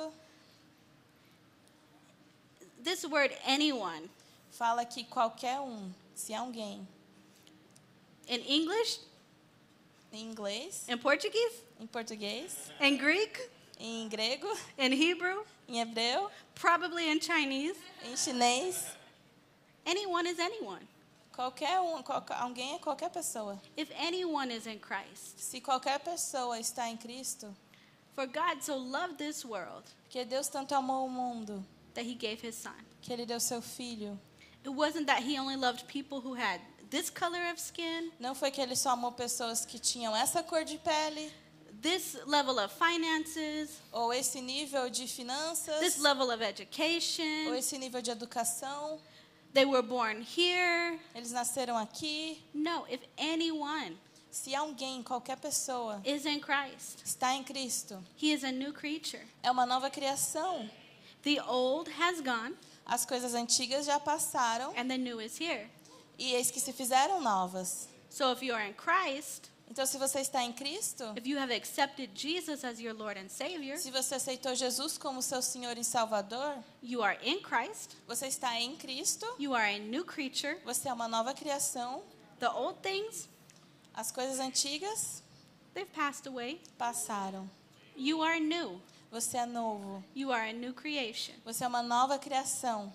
Speaker 1: This word anyone,
Speaker 2: Fala que qualquer se alguém.
Speaker 1: in English,
Speaker 2: Em inglês,
Speaker 1: in Portuguese,
Speaker 2: em português,
Speaker 1: in Greek,
Speaker 2: em grego,
Speaker 1: in Hebrew,
Speaker 2: em hebreu,
Speaker 1: probably in Chinese,
Speaker 2: em chinês,
Speaker 1: anyone is anyone.
Speaker 2: alguém é qualquer pessoa.
Speaker 1: If anyone is in Christ,
Speaker 2: Se qualquer pessoa está em Cristo,
Speaker 1: for God so loved this world
Speaker 2: porque Deus tanto amou o mundo,
Speaker 1: that he gave his son.
Speaker 2: que ele deu seu filho.
Speaker 1: It wasn't that he only loved people who had this color of skin,
Speaker 2: Não foi que ele só amou pessoas que tinham essa cor de pele,
Speaker 1: this level of finances,
Speaker 2: ou esse nível de
Speaker 1: this
Speaker 2: finanças,
Speaker 1: level of
Speaker 2: ou
Speaker 1: education.
Speaker 2: esse nível de educação.
Speaker 1: They were born here.
Speaker 2: Eles nasceram aqui.
Speaker 1: No, if anyone
Speaker 2: Se alguém, qualquer pessoa,
Speaker 1: is in Christ,
Speaker 2: está em Cristo,
Speaker 1: he is a new creature.
Speaker 2: é uma nova criação.
Speaker 1: The old has gone
Speaker 2: As coisas antigas já passaram
Speaker 1: and the new is here.
Speaker 2: e eis que se fizeram novas.
Speaker 1: So if you are in Christ,
Speaker 2: Então, se você está em Cristo,
Speaker 1: if you have accepted Jesus as your Lord and Savior,
Speaker 2: se você aceitou Jesus como seu Senhor e Salvador,
Speaker 1: you are in Christ,
Speaker 2: você está em Cristo,
Speaker 1: you are a new creature.
Speaker 2: você é uma nova criação.
Speaker 1: The old things,
Speaker 2: As coisas antigas
Speaker 1: they've passed away.
Speaker 2: passaram.
Speaker 1: You are new.
Speaker 2: Você é novo.
Speaker 1: You are a new creation.
Speaker 2: Você é uma nova criação.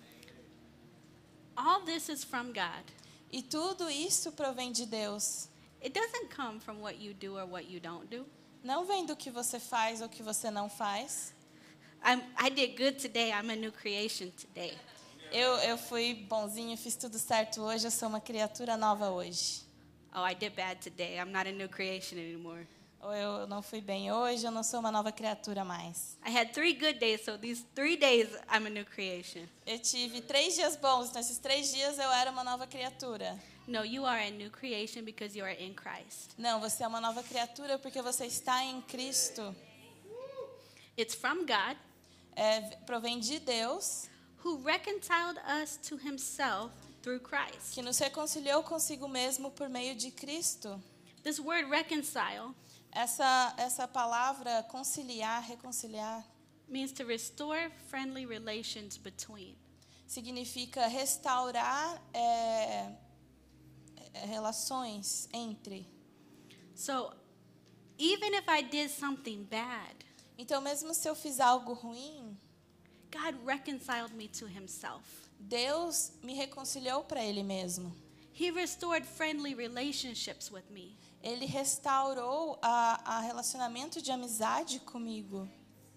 Speaker 1: All this is from God.
Speaker 2: E tudo isso provém de Deus.
Speaker 1: It doesn't come from what you do or what you don't do.
Speaker 2: Não vem do que você faz ou que você não faz.
Speaker 1: I did good today. I'm a new creation today.
Speaker 2: Eu fui bonzinho, fiz tudo certo hoje, eu sou uma criatura nova hoje.
Speaker 1: Oh, I did bad today. I'm not a new creation anymore.
Speaker 2: Ou eu não fui bem hoje, eu não sou uma nova criatura mais.
Speaker 1: I had 3 good days, so these 3 days I'm a new creation.
Speaker 2: Eu tive 3 dias bons, nesses 3 dias eu era uma nova criatura.
Speaker 1: No, you are a new creation because you are in Christ.
Speaker 2: Não, você é uma nova criatura porque você está em Cristo.
Speaker 1: It's from God,
Speaker 2: Provém de Deus,
Speaker 1: who reconciled us to himself through Christ.
Speaker 2: que nos reconciliou consigo mesmo por meio de Cristo.
Speaker 1: This word reconcile,
Speaker 2: Essa palavra conciliar, reconciliar,
Speaker 1: means to restore friendly relations between.
Speaker 2: Significa restaurar relações entre.
Speaker 1: So, even if I did something bad,
Speaker 2: Então, mesmo se eu fiz algo ruim,
Speaker 1: God reconciled me to himself.
Speaker 2: Deus me reconciliou para Ele mesmo.
Speaker 1: He restored friendly relationships with me.
Speaker 2: Ele restaurou a relacionamento de amizade comigo.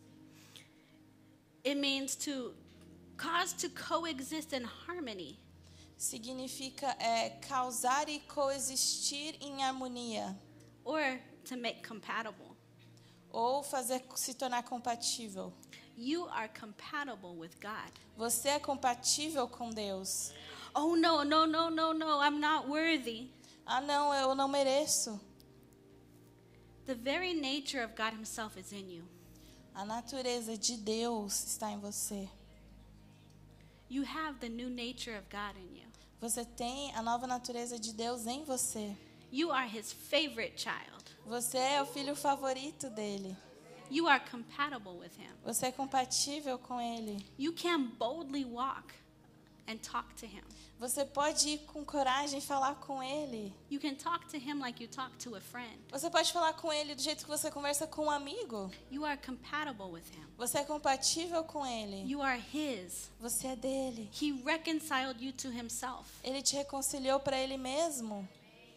Speaker 1: It means to cause to coexist in harmony.
Speaker 2: Significa causar e coexistir em harmonia.
Speaker 1: Or to make compatible.
Speaker 2: Ou fazer se tornar compatível.
Speaker 1: You are compatible with God.
Speaker 2: Você é compatível com Deus.
Speaker 1: Oh, no, I'm not worthy.
Speaker 2: Ah, não, eu não mereço.
Speaker 1: The very nature of God himself is in you.
Speaker 2: A natureza de Deus está em você.
Speaker 1: You have the new nature of God in you.
Speaker 2: Você tem a nova natureza de Deus em você.
Speaker 1: You are his favorite child.
Speaker 2: Você é o filho favorito dele.
Speaker 1: You are compatible with him.
Speaker 2: Você é compatível com ele.
Speaker 1: You can boldly walk and talk to him.
Speaker 2: Você pode ir com coragem e falar com ele.
Speaker 1: You can talk to him like you talk to a friend.
Speaker 2: Você pode falar com ele do jeito que você conversa com um amigo.
Speaker 1: You are compatible with him.
Speaker 2: Você é compatível com ele.
Speaker 1: You are his.
Speaker 2: Você é dele.
Speaker 1: He reconciled you to himself.
Speaker 2: Ele te reconciliou para ele mesmo.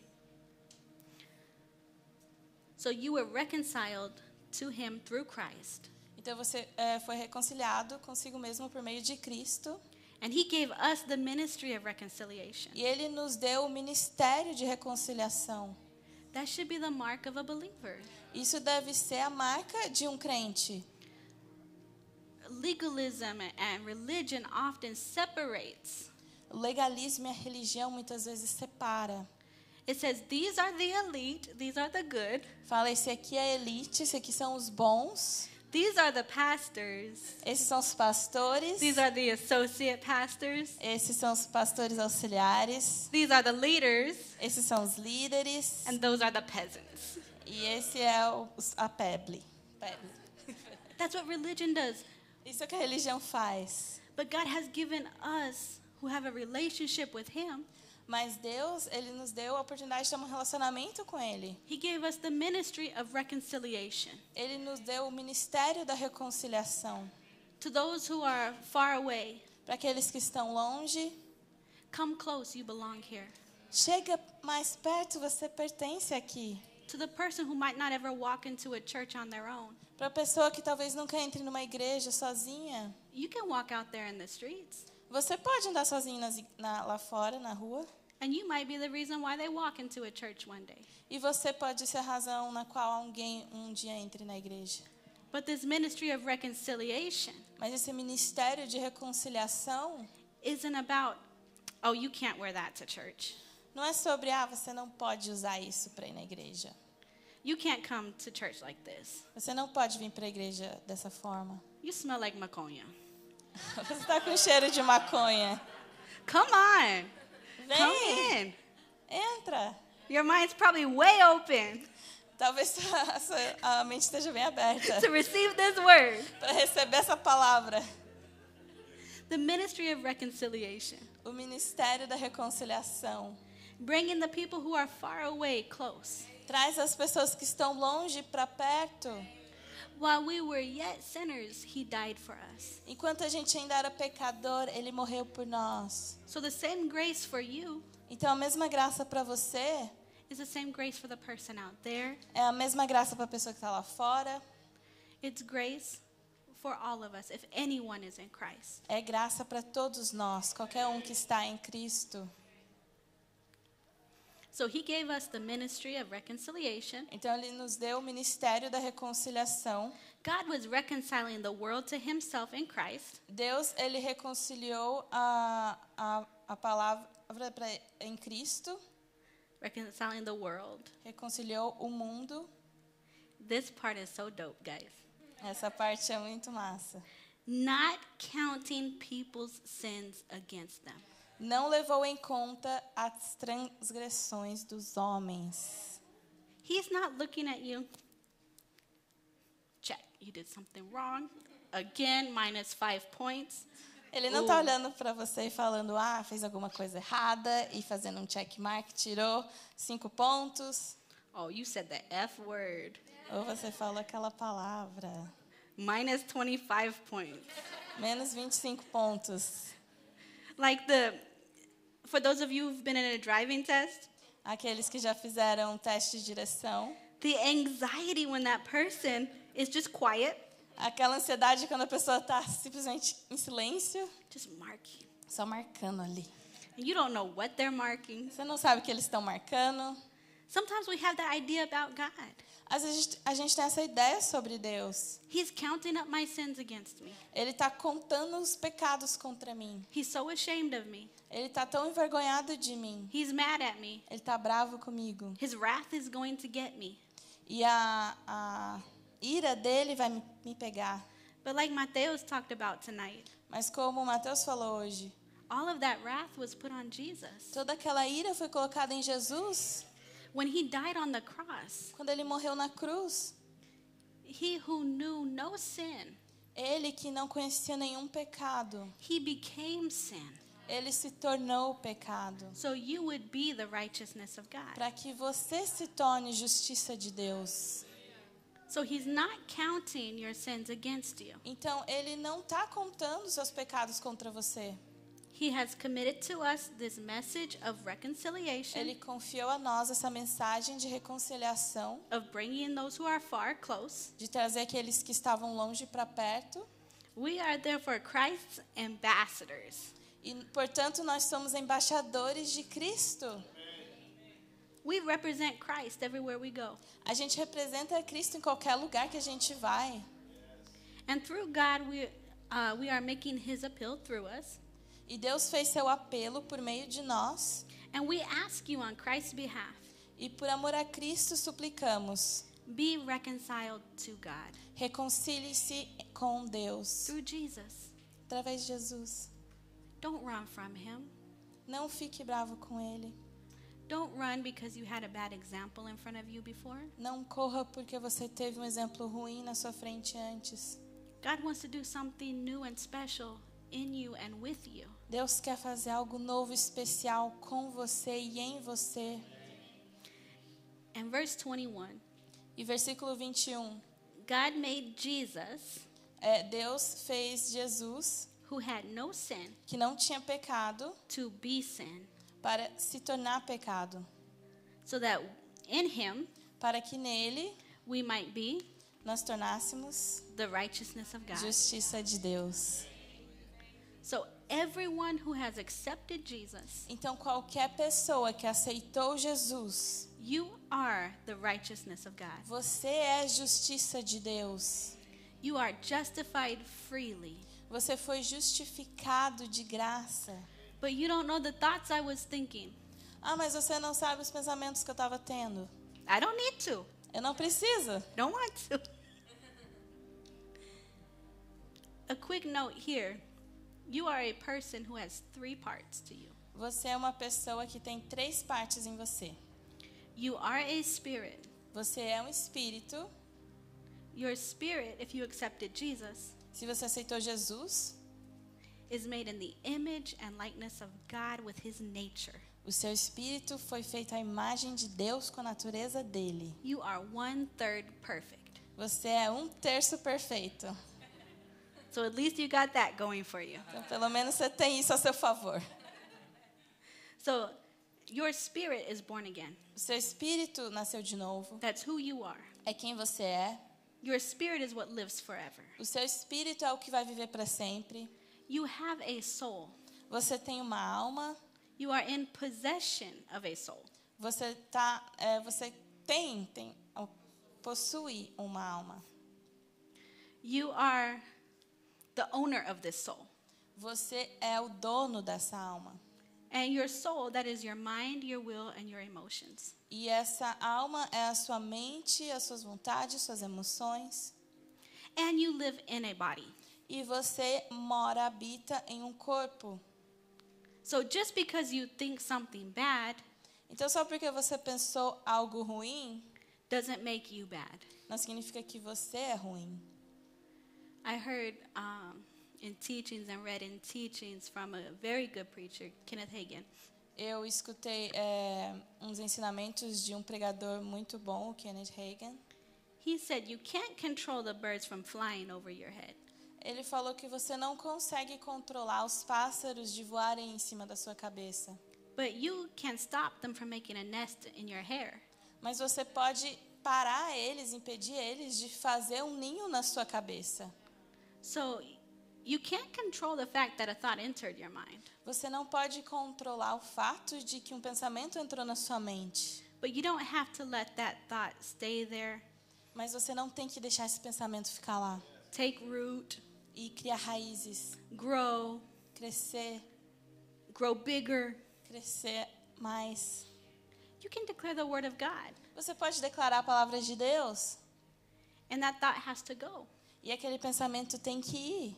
Speaker 1: So you were reconciled to him through Christ.
Speaker 2: Então você foi reconciliado consigo mesmo por meio de Cristo.
Speaker 1: And he gave us the ministry of reconciliation.
Speaker 2: E ele nos deu o ministério de reconciliação.
Speaker 1: That should be the mark of a believer.
Speaker 2: Isso deve ser a marca de um crente.
Speaker 1: Legalism and religion often separates.
Speaker 2: O legalismo e a religião muitas vezes separa.
Speaker 1: It says these are the elite, these are the good.
Speaker 2: Fala, esse aqui é a elite, esse aqui são os bons.
Speaker 1: These are the pastors.
Speaker 2: Esses são os pastores.
Speaker 1: These are the associate pastors.
Speaker 2: Esses são os pastores auxiliares.
Speaker 1: These are the leaders.
Speaker 2: Esses são os líderes.
Speaker 1: And those are the peasants.
Speaker 2: E esse é a peble.
Speaker 1: That's what religion does.
Speaker 2: Isso é o que a religião faz.
Speaker 1: But God has given us who have a relationship with him.
Speaker 2: Mas Deus, ele nos deu a oportunidade de ter um relacionamento com ele.
Speaker 1: He gave us the ministry of reconciliation.
Speaker 2: Ele nos deu o ministério da reconciliação.
Speaker 1: To those who are far away,
Speaker 2: Para aqueles que estão longe,
Speaker 1: come close, you belong here.
Speaker 2: chega mais perto, você pertence aqui.
Speaker 1: To the person who might not ever walk into a church on their own,
Speaker 2: Para a pessoa que talvez nunca entre numa igreja sozinha,
Speaker 1: you can walk out there in the streets.
Speaker 2: você pode andar sozinho lá fora, na rua.
Speaker 1: And you might be the reason why they walk into a church one day.
Speaker 2: E você pode ser a razão na qual alguém um dia entre na igreja.
Speaker 1: But this ministry of reconciliation
Speaker 2: Mas esse ministério de reconciliação
Speaker 1: isn't about, oh, you can't wear that to church.
Speaker 2: não é sobre, você não pode usar isso para ir na igreja.
Speaker 1: You can't come to church like this.
Speaker 2: Você não pode vir para a igreja dessa forma.
Speaker 1: You smell like maconha.
Speaker 2: Você está com cheiro de maconha.
Speaker 1: Come on. Come
Speaker 2: Vem,
Speaker 1: in.
Speaker 2: entra.
Speaker 1: Your mind's probably way open
Speaker 2: Talvez a mente esteja bem aberta
Speaker 1: to receive this word.
Speaker 2: para receber essa palavra.
Speaker 1: The ministry of reconciliation.
Speaker 2: O ministério da reconciliação.
Speaker 1: Bringing the people who are far away close.
Speaker 2: Traz as pessoas que estão longe para perto.
Speaker 1: While we were yet sinners, he died for us.
Speaker 2: Enquanto a gente ainda era pecador, ele morreu por nós.
Speaker 1: So the same grace for you
Speaker 2: Então a mesma graça para você
Speaker 1: is the same grace for the person out there.
Speaker 2: é a mesma graça para a pessoa que está lá fora.
Speaker 1: It's grace for all of us, if anyone is in Christ.
Speaker 2: É graça para todos nós, qualquer um que está em Cristo.
Speaker 1: So he gave us the ministry of reconciliation.
Speaker 2: Então ele nos deu o ministério da reconciliação.
Speaker 1: God was reconciling the world to himself in Christ.
Speaker 2: Deus, ele reconciliou a palavra em Cristo,
Speaker 1: Reconciling the world.
Speaker 2: reconciliou o mundo.
Speaker 1: This part is so dope, guys.
Speaker 2: Essa parte é muito massa.
Speaker 1: Not counting people's sins against them.
Speaker 2: Não levou em conta as transgressões dos homens.
Speaker 1: He's not looking at you. Check, you did something wrong. again, minus 5 points.
Speaker 2: Ele não está olhando para você e falando, fez alguma coisa errada e fazendo um check mark, tirou 5 pontos.
Speaker 1: Oh, you said the F word.
Speaker 2: Ou você falou aquela palavra.
Speaker 1: Minus 25 points.
Speaker 2: Menos 25 pontos.
Speaker 1: Like for those of you who've been in a driving test,
Speaker 2: Aqueles que já fizeram um teste de direção.
Speaker 1: the anxiety when that person is just quiet,
Speaker 2: Aquela ansiedade quando a pessoa está simplesmente em silêncio,
Speaker 1: just marking.
Speaker 2: só marcando ali.
Speaker 1: And you don't know what they're marking.
Speaker 2: Você não sabe o que eles estão marcando.
Speaker 1: Sometimes we have that idea about God.
Speaker 2: Às vezes a gente tem essa ideia sobre Deus.
Speaker 1: He's counting up my sins against me.
Speaker 2: Ele está contando os pecados contra mim.
Speaker 1: He's so ashamed of me.
Speaker 2: Ele está tão envergonhado de mim.
Speaker 1: He's mad at me.
Speaker 2: Ele está bravo comigo.
Speaker 1: His wrath is going to get me.
Speaker 2: E a ira dele vai me pegar.
Speaker 1: But like Mateus talked about tonight,
Speaker 2: Mas como o Mateus falou hoje,
Speaker 1: all of that wrath was put on Jesus.
Speaker 2: toda aquela ira foi colocada em Jesus
Speaker 1: When he died on the cross,
Speaker 2: quando ele morreu na cruz.
Speaker 1: he who knew no sin,
Speaker 2: Ele que não conhecia nenhum pecado,
Speaker 1: he became sin.
Speaker 2: ele se tornou pecado.
Speaker 1: So you would be the righteousness of God.
Speaker 2: Para que você se torne justiça de Deus.
Speaker 1: So he's not counting your sins against you.
Speaker 2: Então, ele não está contando os seus pecados contra você.
Speaker 1: He has committed to us this message of reconciliation,
Speaker 2: Ele confiou a nós essa mensagem de reconciliação,
Speaker 1: of bringing those who are far close.
Speaker 2: de trazer aqueles que estavam longe para perto.
Speaker 1: We are therefore Christ's ambassadors.
Speaker 2: E, portanto, nós somos embaixadores de Cristo.
Speaker 1: We represent Christ everywhere we go.
Speaker 2: A gente representa Cristo em qualquer lugar que a gente vai.
Speaker 1: And through God, we are making his appeal through us.
Speaker 2: E Deus fez seu apelo por meio de nós.
Speaker 1: And we ask you on Christ's behalf,
Speaker 2: E por amor a Cristo suplicamos.
Speaker 1: be reconciled to God
Speaker 2: Reconcilie-se com Deus.
Speaker 1: through Jesus.
Speaker 2: Através de Jesus.
Speaker 1: Don't run from him.
Speaker 2: Não fique bravo com Ele.
Speaker 1: Don't run because you had a bad example in front of you before.
Speaker 2: Não corra porque você teve um exemplo ruim na sua frente antes.
Speaker 1: God wants to do something new and special in you and with you.
Speaker 2: Deus quer fazer algo novo, especial com você e em você.
Speaker 1: And verse 21,
Speaker 2: E versículo 21.
Speaker 1: God made Jesus,
Speaker 2: Deus fez Jesus,
Speaker 1: who had no sin,
Speaker 2: que não tinha pecado,
Speaker 1: to be sin,
Speaker 2: para se tornar pecado.
Speaker 1: so that in him
Speaker 2: Para que nele
Speaker 1: we might be
Speaker 2: nós tornássemos
Speaker 1: the righteousness of God.
Speaker 2: justiça de Deus.
Speaker 1: So everyone who has accepted Jesus,
Speaker 2: Então, qualquer pessoa que aceitou Jesus,
Speaker 1: you are the righteousness of God.
Speaker 2: você é justiça de Deus.
Speaker 1: You are justified freely.
Speaker 2: Você foi justificado de graça.
Speaker 1: But you don't know the thoughts I was thinking.
Speaker 2: Mas você não sabe os pensamentos que eu estava tendo.
Speaker 1: I don't need to.
Speaker 2: Eu não preciso.
Speaker 1: Don't want to. A quick note here. You are a person who has 3 parts to you.
Speaker 2: Você é uma pessoa que tem 3 partes em você.
Speaker 1: You are a spirit.
Speaker 2: Você é um espírito.
Speaker 1: Your spirit, if you accepted Jesus,
Speaker 2: Se você aceitou Jesus,
Speaker 1: is made in the image and likeness of God with his nature.
Speaker 2: o seu espírito foi feito à imagem de Deus com a natureza dele.
Speaker 1: You are 1/3 perfect.
Speaker 2: Você é 1/3 perfeito.
Speaker 1: So at least you got that going for you.
Speaker 2: Então, pelo menos você tem isso a seu favor.
Speaker 1: So your spirit is born again.
Speaker 2: O seu espírito nasceu de novo.
Speaker 1: That's who you are.
Speaker 2: É quem você é.
Speaker 1: Your spirit is what lives forever.
Speaker 2: O seu espírito é o que vai viver para sempre.
Speaker 1: You have a soul.
Speaker 2: Você tem uma alma.
Speaker 1: You are in possession of a soul.
Speaker 2: Você possui uma alma.
Speaker 1: You are the owner of this soul.
Speaker 2: Você é o dono dessa alma.
Speaker 1: And your soul, that is your mind, your will, and your emotions.
Speaker 2: E essa alma é a sua mente, as suas vontades, suas emoções.
Speaker 1: And you live in a body.
Speaker 2: E você habita em um corpo.
Speaker 1: So just because you think something bad
Speaker 2: Então, só porque você pensou algo ruim,
Speaker 1: doesn't make you bad.
Speaker 2: não significa que você é ruim.
Speaker 1: I heard in teachings and read in teachings from a very good preacher, Kenneth Hagin.
Speaker 2: Eu escutei uns ensinamentos de um pregador muito bom, o Kenneth Hagin.
Speaker 1: He said you can't control the birds from flying over your head,
Speaker 2: Ele falou que você não consegue controlar os pássaros de voarem em cima da sua cabeça,
Speaker 1: but you can stop them from making a nest in your hair.
Speaker 2: mas você pode parar eles, impedir eles de fazer um ninho na sua cabeça.
Speaker 1: So you can't control the fact that a thought entered your mind,
Speaker 2: Você não pode controlar o fato de que um pensamento entrou na sua mente,
Speaker 1: but you don't have to let that thought stay there,
Speaker 2: mas você não tem que deixar esse pensamento ficar lá
Speaker 1: take root,
Speaker 2: e criar raízes,
Speaker 1: grow bigger.
Speaker 2: crescer mais.
Speaker 1: You can declare the word of God,
Speaker 2: Você pode declarar a palavra de Deus
Speaker 1: and that thought has to go.
Speaker 2: e aquele pensamento tem que ir.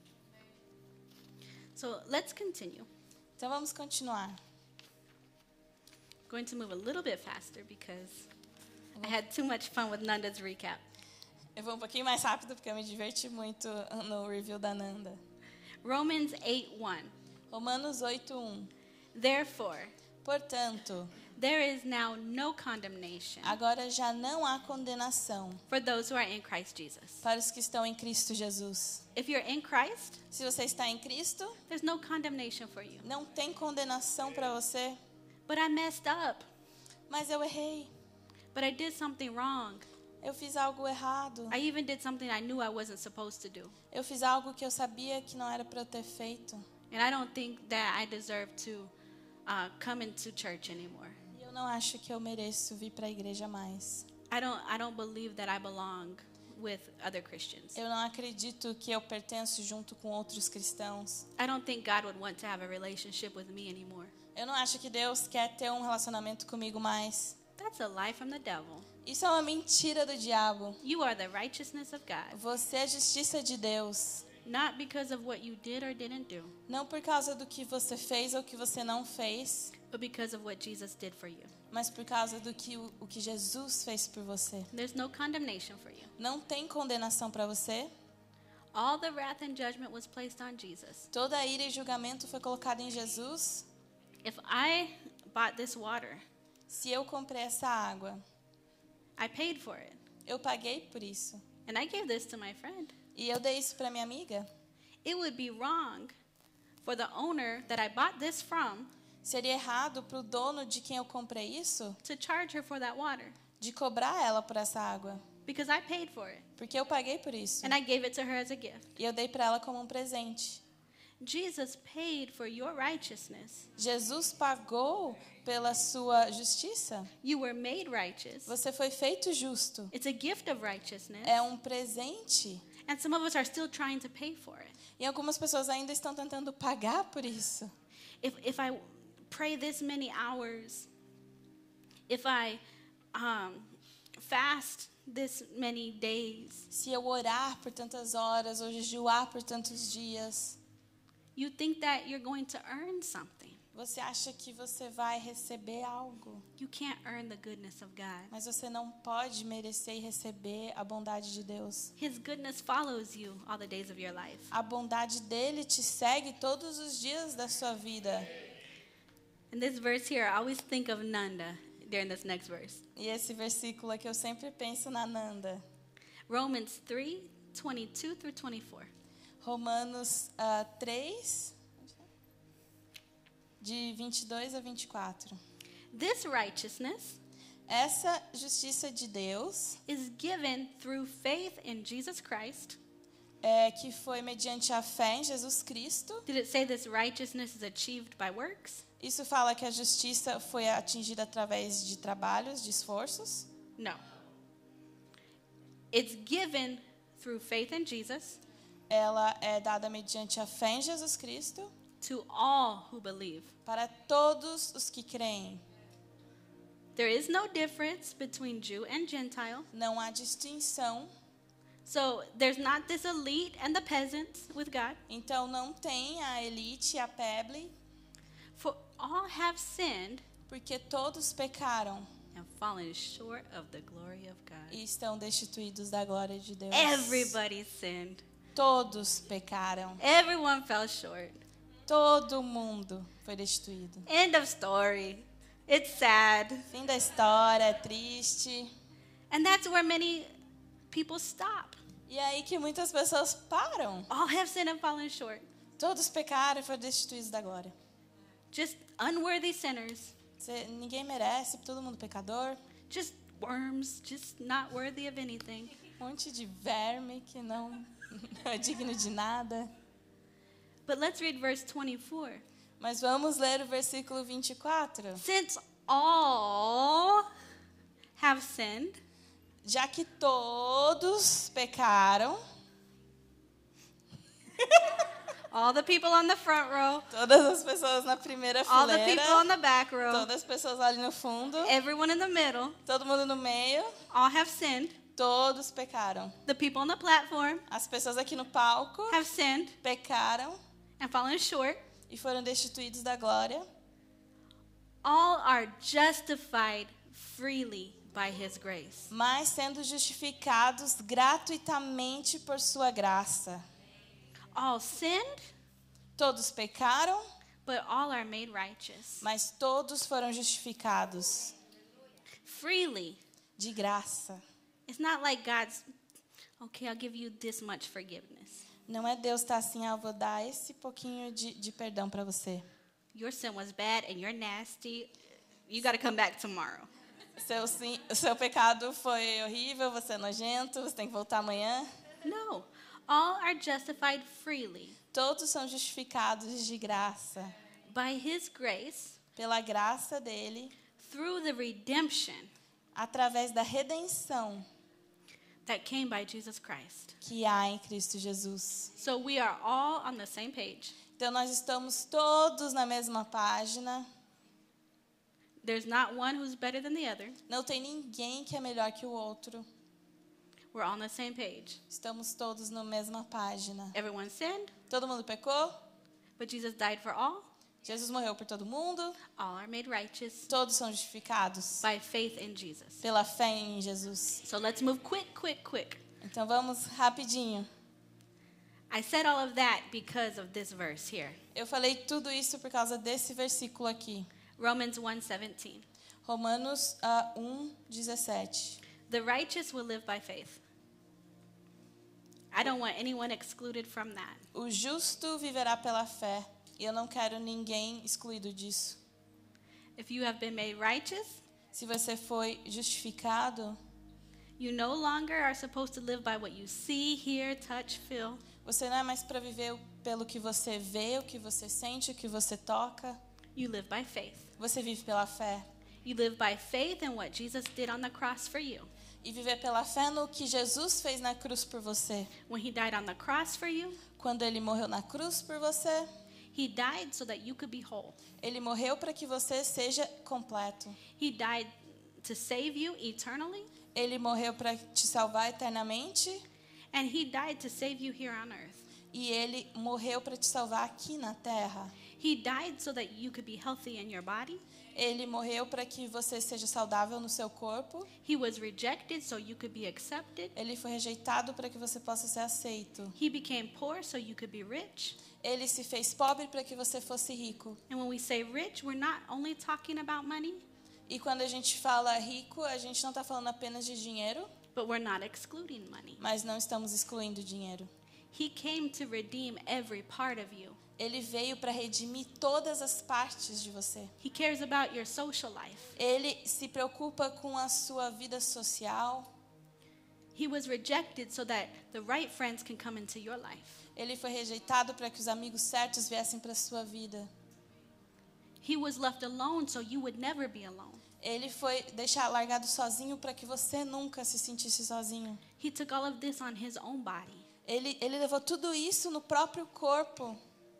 Speaker 1: So let's continue.
Speaker 2: Então vamos continuar.
Speaker 1: Going to move a little bit faster because I had too much fun with Nanda's recap.
Speaker 2: Eu vou um pouquinho mais rápido porque eu me diverti muito no review da Nanda.
Speaker 1: Romans 8:1.
Speaker 2: Romanos 8:1.
Speaker 1: Therefore,
Speaker 2: Portanto,
Speaker 1: there is now no condemnation
Speaker 2: agora já não há condenação
Speaker 1: for those who are in Christ Jesus.
Speaker 2: para os que estão em Cristo Jesus.
Speaker 1: If you're in Christ,
Speaker 2: Se você está em Cristo,
Speaker 1: there's no condemnation for you.
Speaker 2: não tem condenação para você.
Speaker 1: But I messed up.
Speaker 2: Mas eu errei.
Speaker 1: But I did something wrong.
Speaker 2: Eu fiz algo errado.
Speaker 1: I even did something I knew I wasn't supposed to do.
Speaker 2: Eu fiz algo que eu sabia que não era para eu ter feito.
Speaker 1: And I don't think that I deserve to come into church anymore.
Speaker 2: E eu não acho que eu mereço vir para a igreja mais.
Speaker 1: I don't believe that I belong with other Christians.
Speaker 2: Eu não acredito que eu pertenço junto com outros cristãos.
Speaker 1: I don't think God would want to have a relationship with me anymore.
Speaker 2: Eu não acho que Deus quer ter um relacionamento comigo mais.
Speaker 1: That's a lie from the devil.
Speaker 2: Isso é uma mentira do diabo.
Speaker 1: You are the righteousness of God,
Speaker 2: Você é a justiça de Deus.
Speaker 1: not because of what you did or didn't do,
Speaker 2: Não por causa do que você fez ou que você não fez,
Speaker 1: but because of what Jesus did for you.
Speaker 2: mas por causa do que o que Jesus fez por você.
Speaker 1: There's no condemnation for you.
Speaker 2: Não tem condenação para você.
Speaker 1: All the wrath and judgment was placed on Jesus.
Speaker 2: Toda a ira e julgamento foi colocado em Jesus.
Speaker 1: If I bought this water,
Speaker 2: Se eu comprei essa água,
Speaker 1: I paid for it,
Speaker 2: eu paguei por isso.
Speaker 1: and I gave this to my friend.
Speaker 2: E eu dei isso para minha amiga.
Speaker 1: It would be wrong for the owner that I bought this from
Speaker 2: Seria errado para o dono de quem eu comprei isso
Speaker 1: to charge her for that water
Speaker 2: de cobrar ela por essa água.
Speaker 1: because I paid for it,
Speaker 2: Porque eu paguei por isso.
Speaker 1: and I gave it to her as a gift.
Speaker 2: E eu dei para ela como um presente.
Speaker 1: Jesus paid for your righteousness.
Speaker 2: Jesus pagou pela sua justiça.
Speaker 1: You were made righteous.
Speaker 2: Você foi feito justo.
Speaker 1: It's a gift of righteousness.
Speaker 2: É um presente.
Speaker 1: And some of us are still trying to pay for it.
Speaker 2: E algumas pessoas ainda estão tentando pagar por isso.
Speaker 1: If I pray this many hours, if I fast this many days,
Speaker 2: Se eu orar por tantas horas ou jejuar por tantos dias,
Speaker 1: you think that you're going to earn something.
Speaker 2: você acha que você vai receber algo.
Speaker 1: You can't earn the goodness of God.
Speaker 2: Mas você não pode merecer e receber a bondade de Deus.
Speaker 1: His goodness follows you all the days of your life.
Speaker 2: A bondade dele te segue todos os dias da sua vida.
Speaker 1: In this verse here, I always think of Nanda during this next verse.
Speaker 2: E esse versículo é que eu sempre penso na Nanda.
Speaker 1: Romans 3:22 through 24.
Speaker 2: Romanos 3, de 22 a 24.
Speaker 1: This righteousness
Speaker 2: Essa justiça de Deus,
Speaker 1: is given through faith in Jesus Christ.
Speaker 2: que foi mediante a fé em Jesus Cristo.
Speaker 1: Did it say this righteousness is achieved by works?
Speaker 2: Isso fala que a justiça foi atingida através de trabalhos, de esforços.
Speaker 1: No. It's given through faith in Jesus
Speaker 2: Ela é dada mediante a fé em Jesus Cristo
Speaker 1: to all who believe.
Speaker 2: para todos os que creem.
Speaker 1: There is no difference between Jew and Gentile.
Speaker 2: Não há distinção.
Speaker 1: So there's not this elite and the peasants with God.
Speaker 2: Então não tem a elite e a peble,
Speaker 1: For all have sinned
Speaker 2: porque todos pecaram
Speaker 1: and fallen short of the glory of God.
Speaker 2: e estão destituídos da glória de Deus.
Speaker 1: Everybody sinned.
Speaker 2: Todos pecaram.
Speaker 1: Everyone fell short.
Speaker 2: Todo mundo foi destituído.
Speaker 1: End of story. It's sad.
Speaker 2: Fim da história, é triste.
Speaker 1: And that's where many people stop.
Speaker 2: E é aí que muitas pessoas param.
Speaker 1: All have sinned and fallen short.
Speaker 2: Todos pecaram e foram destituídos da glória.
Speaker 1: Just unworthy sinners.
Speaker 2: Ninguém merece, todo mundo pecador.
Speaker 1: Just worms, just not worthy of anything.
Speaker 2: Monte de verme que não é digno de nada.
Speaker 1: But let's read verse 24.
Speaker 2: Mas vamos ler o versículo 24.
Speaker 1: Since all have sinned,
Speaker 2: Já que todos pecaram,
Speaker 1: all the people on the front row,
Speaker 2: todas as pessoas na primeira
Speaker 1: all the people on
Speaker 2: fileira,
Speaker 1: the back row,
Speaker 2: todas as pessoas ali no fundo,
Speaker 1: everyone in the middle,
Speaker 2: todo mundo no meio,
Speaker 1: all have sinned.
Speaker 2: todos pecaram.
Speaker 1: The people on the platform
Speaker 2: As pessoas aqui no palco
Speaker 1: have sinned
Speaker 2: pecaram
Speaker 1: and fallen short.
Speaker 2: e foram destituídos da glória.
Speaker 1: All are justified freely by his grace.
Speaker 2: Mas sendo justificados gratuitamente por sua graça.
Speaker 1: All sinned,
Speaker 2: Todos pecaram,
Speaker 1: but all are made righteous.
Speaker 2: mas todos foram justificados
Speaker 1: Freely.
Speaker 2: de graça.
Speaker 1: It's not like God's, okay, I'll give you this much forgiveness.
Speaker 2: Não é Deus tá assim, eu vou dar esse pouquinho de perdão para você.
Speaker 1: Your sin was bad and you're nasty. You got to come back tomorrow.
Speaker 2: Seu pecado foi horrível, você é nojento, você tem que voltar amanhã.
Speaker 1: No. All are justified freely
Speaker 2: Todos são justificados de graça,
Speaker 1: by his grace
Speaker 2: pela graça dele,
Speaker 1: through the redemption
Speaker 2: através da redenção
Speaker 1: that came by Jesus Christ.
Speaker 2: que há em Cristo Jesus.
Speaker 1: So we are all on the same page.
Speaker 2: Então nós estamos todos na mesma página.
Speaker 1: There's not one who's better than the other.
Speaker 2: Não tem ninguém que é melhor que o outro.
Speaker 1: We're all on the same page.
Speaker 2: Estamos todos na mesma página.
Speaker 1: Everyone sinned,
Speaker 2: Todo mundo pecou,
Speaker 1: but Jesus died for all.
Speaker 2: Jesus morreu por todo mundo,
Speaker 1: All are made righteous
Speaker 2: todos são justificados
Speaker 1: by faith in Jesus.
Speaker 2: pela fé em Jesus.
Speaker 1: So let's move quick.
Speaker 2: Então vamos rapidinho.
Speaker 1: I said all of that because of this verse here.
Speaker 2: Eu falei tudo isso por causa desse versículo aqui.
Speaker 1: Romans 1:17.
Speaker 2: Romanos 1:17.
Speaker 1: The righteous will live by faith. I don't want anyone excluded from that.
Speaker 2: O justo viverá pela fé. E eu não quero ninguém excluído disso.
Speaker 1: If you have been made righteous,
Speaker 2: Se você foi justificado,
Speaker 1: you no longer are supposed to live by what you see, hear, touch, feel.
Speaker 2: você não é mais para viver pelo que você vê, o que você sente, o que você toca.
Speaker 1: You live by faith.
Speaker 2: Você vive pela fé.
Speaker 1: You live by faith in what Jesus did on the cross for you.
Speaker 2: E viver pela fé no que Jesus fez na cruz por você.
Speaker 1: When he died on the cross for you,
Speaker 2: Quando ele morreu na cruz por você,
Speaker 1: he died so that you could be whole.
Speaker 2: ele morreu para que você seja completo.
Speaker 1: He died to save you eternally,
Speaker 2: Ele morreu para te salvar eternamente.
Speaker 1: and he died to save you here on earth.
Speaker 2: E ele morreu para te salvar aqui na terra.
Speaker 1: He died so that you could be healthy in your body.
Speaker 2: Ele morreu para que você seja saudável no seu corpo.
Speaker 1: He was rejected so you could be accepted.
Speaker 2: Ele foi rejeitado para que você possa ser aceito.
Speaker 1: He became poor so you could be rich.
Speaker 2: Ele se fez pobre para que você fosse rico.
Speaker 1: And when we say rich, we're not only talking about money,
Speaker 2: E quando a gente fala rico, a gente não está falando apenas de dinheiro,
Speaker 1: but we're not excluding money.
Speaker 2: mas não estamos excluindo dinheiro.
Speaker 1: He came to redeem every part of you.
Speaker 2: Ele veio para redimir todas as partes de você.
Speaker 1: He cares about your social life.
Speaker 2: Ele se preocupa com a sua vida social.
Speaker 1: He was rejected so that the right friends can come into your life.
Speaker 2: Ele foi rejeitado para que os amigos certos viessem para a sua vida.
Speaker 1: He was left alone so you would never be alone.
Speaker 2: Ele foi largado sozinho para que você nunca se sentisse sozinho.
Speaker 1: He took all of this on his own body.
Speaker 2: Ele levou tudo isso no próprio corpo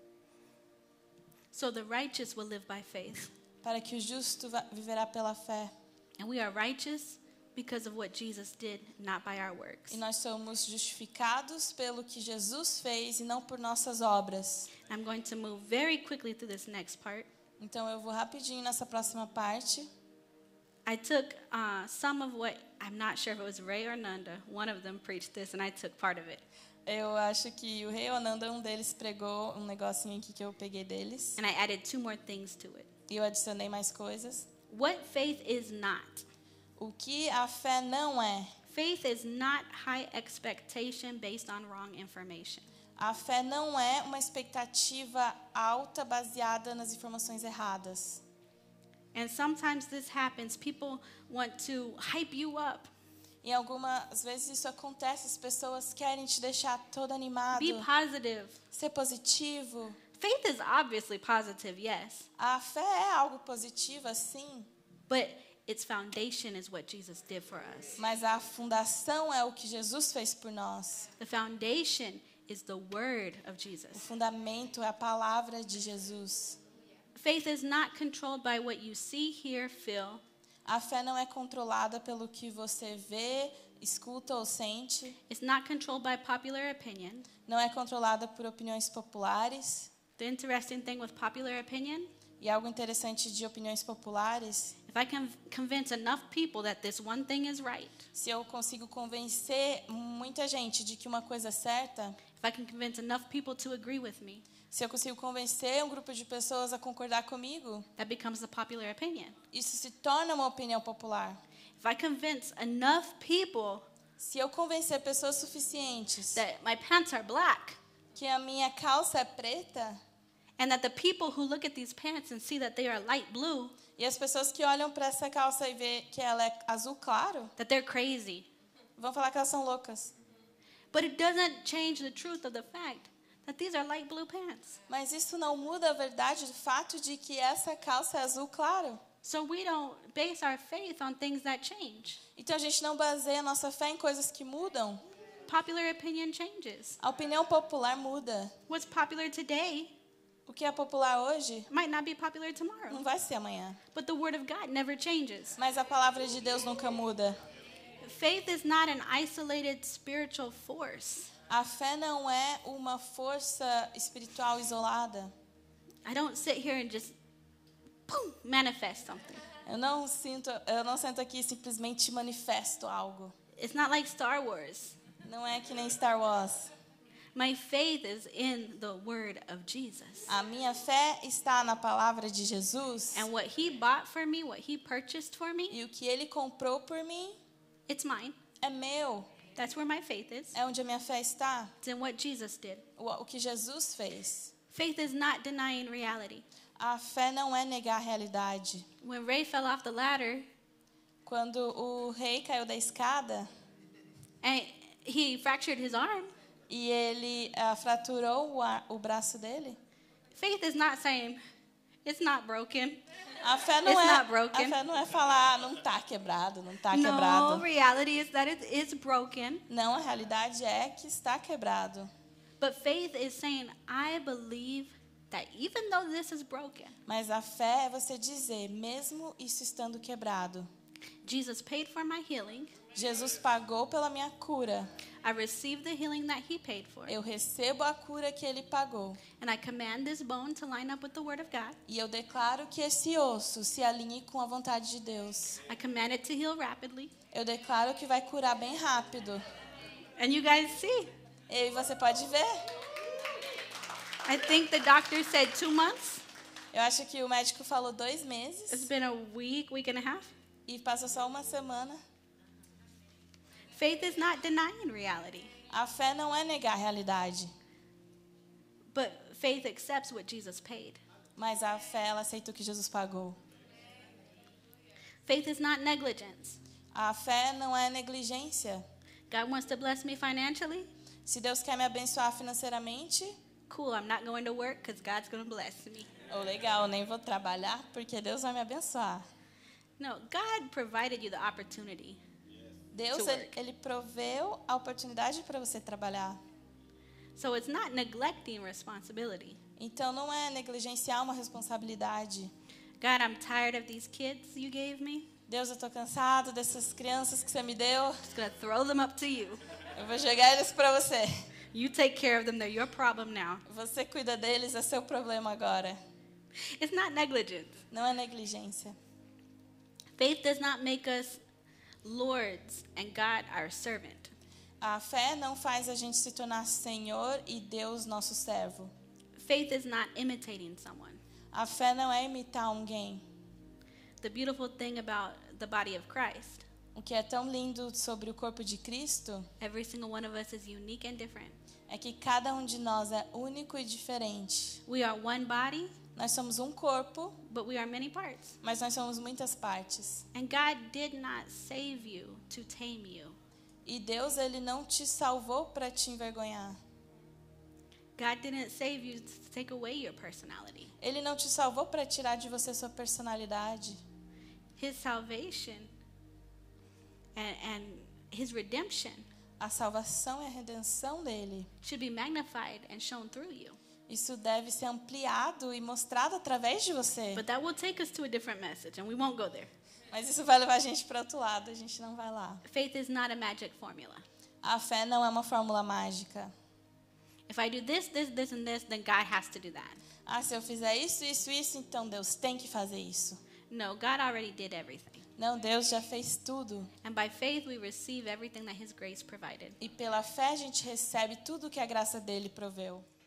Speaker 1: So the righteous will live by faith.
Speaker 2: para que o justo viverá pela fé.
Speaker 1: And we are righteous because of what Jesus did, not by our works.
Speaker 2: E nós somos justificados pelo que Jesus fez e não por nossas obras.
Speaker 1: I'm going to move very quickly through this next part.
Speaker 2: Então eu vou rapidinho nessa próxima parte.
Speaker 1: I took some of what I'm not sure if it was Ray or Nanda. One of them preached this, and I took part of it.
Speaker 2: Eu acho que o Rei Onanda, um deles pregou um negocinho aqui que eu peguei deles.
Speaker 1: And I added 2 more things to it.
Speaker 2: E eu adicionei mais coisas.
Speaker 1: What faith is not.
Speaker 2: O que a fé não é.
Speaker 1: Faith is not high expectation based on wrong information.
Speaker 2: A fé não é uma expectativa alta baseada nas informações erradas.
Speaker 1: And sometimes this happens. People want to hype you up.
Speaker 2: E algumas vezes isso acontece, as pessoas querem te deixar todo animado,
Speaker 1: Be positive.
Speaker 2: ser positivo.
Speaker 1: Faith is obviously positive, yes.
Speaker 2: A fé é algo positivo, sim,
Speaker 1: But its foundation is what Jesus did for us.
Speaker 2: mas a fundação é o que Jesus fez por nós.
Speaker 1: The foundation is the word of
Speaker 2: O
Speaker 1: Jesus.
Speaker 2: fundamento é a palavra de Jesus.
Speaker 1: Faith is not controlled by what you see, hear, feel.
Speaker 2: A fé não é controlada pelo que você vê, escuta ou sente.
Speaker 1: It's not controlled by popular opinion.
Speaker 2: Não é controlada por opiniões populares.
Speaker 1: The interesting thing with popular opinion,
Speaker 2: E algo interessante de opiniões populares,
Speaker 1: if I can convince enough people that this one thing is right,
Speaker 2: se eu consigo convencer muita gente de que uma coisa é certa,
Speaker 1: if I can convince enough people to agree with me,
Speaker 2: se eu consigo convencer um grupo de pessoas a concordar comigo,
Speaker 1: that becomes the popular opinion.
Speaker 2: isso se torna uma opinião popular.
Speaker 1: If I convince enough people
Speaker 2: Se eu convencer pessoas suficientes
Speaker 1: that my pants are black,
Speaker 2: que a minha calça é preta,
Speaker 1: and that the people who look at these pants and see that they are light blue,
Speaker 2: e as pessoas que olham para essa calça e vê que ela é azul claro,
Speaker 1: that they're crazy.
Speaker 2: vão falar que elas são loucas.
Speaker 1: But it doesn't change the truth of the fact that these are light blue pants.
Speaker 2: Mas isso não muda a verdade do fato de que essa calça é azul claro.
Speaker 1: So we don't base our faith on things that change.
Speaker 2: Então a gente não baseia a nossa fé em coisas que mudam.
Speaker 1: Popular opinion changes.
Speaker 2: A opinião popular muda.
Speaker 1: What's popular today
Speaker 2: O que é popular hoje
Speaker 1: might not be popular tomorrow.
Speaker 2: não vai ser amanhã.
Speaker 1: But the word of God never changes.
Speaker 2: Mas a palavra de Deus nunca muda.
Speaker 1: Faith is not an isolated spiritual force.
Speaker 2: A fé não é uma força espiritual isolada.
Speaker 1: I don't sit here and just boom, manifest something.
Speaker 2: Eu não sento aqui e simplesmente manifesto algo.
Speaker 1: It's not like Star Wars.
Speaker 2: Não é que nem Star Wars.
Speaker 1: My faith is in the word of Jesus.
Speaker 2: A minha fé está na palavra de Jesus.
Speaker 1: And what he bought for me, what he purchased for me,
Speaker 2: E o que ele comprou por mim
Speaker 1: it's mine.
Speaker 2: é meu.
Speaker 1: That's where my faith is.
Speaker 2: É onde a minha fé está.
Speaker 1: It's in what Jesus did.
Speaker 2: O que Jesus fez.
Speaker 1: Faith is not denying reality.
Speaker 2: A fé não é negar a realidade.
Speaker 1: When Ray fell off the ladder
Speaker 2: Quando o rei caiu da escada
Speaker 1: and he fractured his arm,
Speaker 2: e ele fraturou o braço dele,
Speaker 1: faith is not saying it's not broken.
Speaker 2: a fé
Speaker 1: It's not
Speaker 2: a
Speaker 1: broken.
Speaker 2: fé não é falar, não está quebrado, não está
Speaker 1: No,
Speaker 2: quebrado.
Speaker 1: reality is that it is broken.
Speaker 2: Não, a realidade é que está quebrado.
Speaker 1: But faith is saying, I believe that even though this is broken,
Speaker 2: Mas a fé é você dizer, mesmo isso estando quebrado,
Speaker 1: Jesus paid for my healing.
Speaker 2: Jesus pagou pela minha cura.
Speaker 1: I received the healing that he paid for.
Speaker 2: Eu recebo a cura que ele pagou.
Speaker 1: And I command this bone to line up with the word of God.
Speaker 2: E eu declaro que esse osso se alinhe com a vontade de Deus.
Speaker 1: I command it to heal rapidly.
Speaker 2: Eu declaro que vai curar bem rápido.
Speaker 1: And you guys see,
Speaker 2: E você pode ver.
Speaker 1: I think the doctor said 2 months.
Speaker 2: Eu acho que o médico falou 2
Speaker 1: It's
Speaker 2: meses
Speaker 1: been a week and a half.
Speaker 2: e passou só uma semana.
Speaker 1: Faith is not denying reality,
Speaker 2: A fé não é negar a realidade,
Speaker 1: but faith accepts what Jesus paid.
Speaker 2: mas a fé ela aceita o que Jesus pagou.
Speaker 1: Faith is not negligence.
Speaker 2: A fé não é negligência.
Speaker 1: God wants to bless me financially.
Speaker 2: Se Deus quer me abençoar financeiramente,
Speaker 1: Cool, I'm not going to work because God's going to bless me.
Speaker 2: oh, legal, nem vou trabalhar porque Deus vai me abençoar.
Speaker 1: No, God provided you the opportunity.
Speaker 2: Deus,
Speaker 1: To work.
Speaker 2: ele proveu a oportunidade para você trabalhar.
Speaker 1: So it's not neglecting responsibility.
Speaker 2: Então, não é negligenciar uma responsabilidade.
Speaker 1: God, I'm tired of these kids you gave me.
Speaker 2: Deus, eu estou cansado dessas crianças que você me deu.
Speaker 1: Just going to throw them up to you.
Speaker 2: Eu vou jogar eles para você.
Speaker 1: You take care of them. They're your problem now.
Speaker 2: Você cuida deles, é seu problema agora.
Speaker 1: It's not negligence.
Speaker 2: Não é negligência.
Speaker 1: Faith does not make us lords and God our servant.
Speaker 2: A fé não faz a gente se tornar Senhor e Deus nosso servo.
Speaker 1: Faith is not imitating someone.
Speaker 2: A fé não é imitar alguém.
Speaker 1: The beautiful thing about the body of Christ,
Speaker 2: O que é tão lindo sobre o corpo de Cristo
Speaker 1: every single one of us is unique and different.
Speaker 2: é que cada um de nós é único e diferente.
Speaker 1: We are one body,
Speaker 2: Nós somos um corpo,
Speaker 1: but we are many parts.
Speaker 2: mas nós somos muitas partes.
Speaker 1: And God did not save you to tame you.
Speaker 2: E Deus, ele não te salvou para te envergonhar.
Speaker 1: God didn't save you to take away your personality.
Speaker 2: Ele não te salvou para tirar de você sua personalidade.
Speaker 1: His salvation and his redemption
Speaker 2: A salvação e a redenção dele.
Speaker 1: should be magnified and shown through you.
Speaker 2: Isso deve ser ampliado e mostrado através de você.
Speaker 1: But that will take us to a different message, and we won't go there.
Speaker 2: Mas isso vai levar a gente para outro lado, a gente não vai lá.
Speaker 1: Faith is not a magic formula.
Speaker 2: A fé não é uma fórmula mágica.
Speaker 1: If I do this, this, this, and this, then God has to do that.
Speaker 2: Ah, se eu fizer isso, isso, isso, então Deus tem que fazer isso.
Speaker 1: No, God already did everything.
Speaker 2: Não, Deus já fez tudo.
Speaker 1: And by faith, we receive everything that his grace provided.
Speaker 2: E pela fé a gente recebe tudo que a graça dele proveu.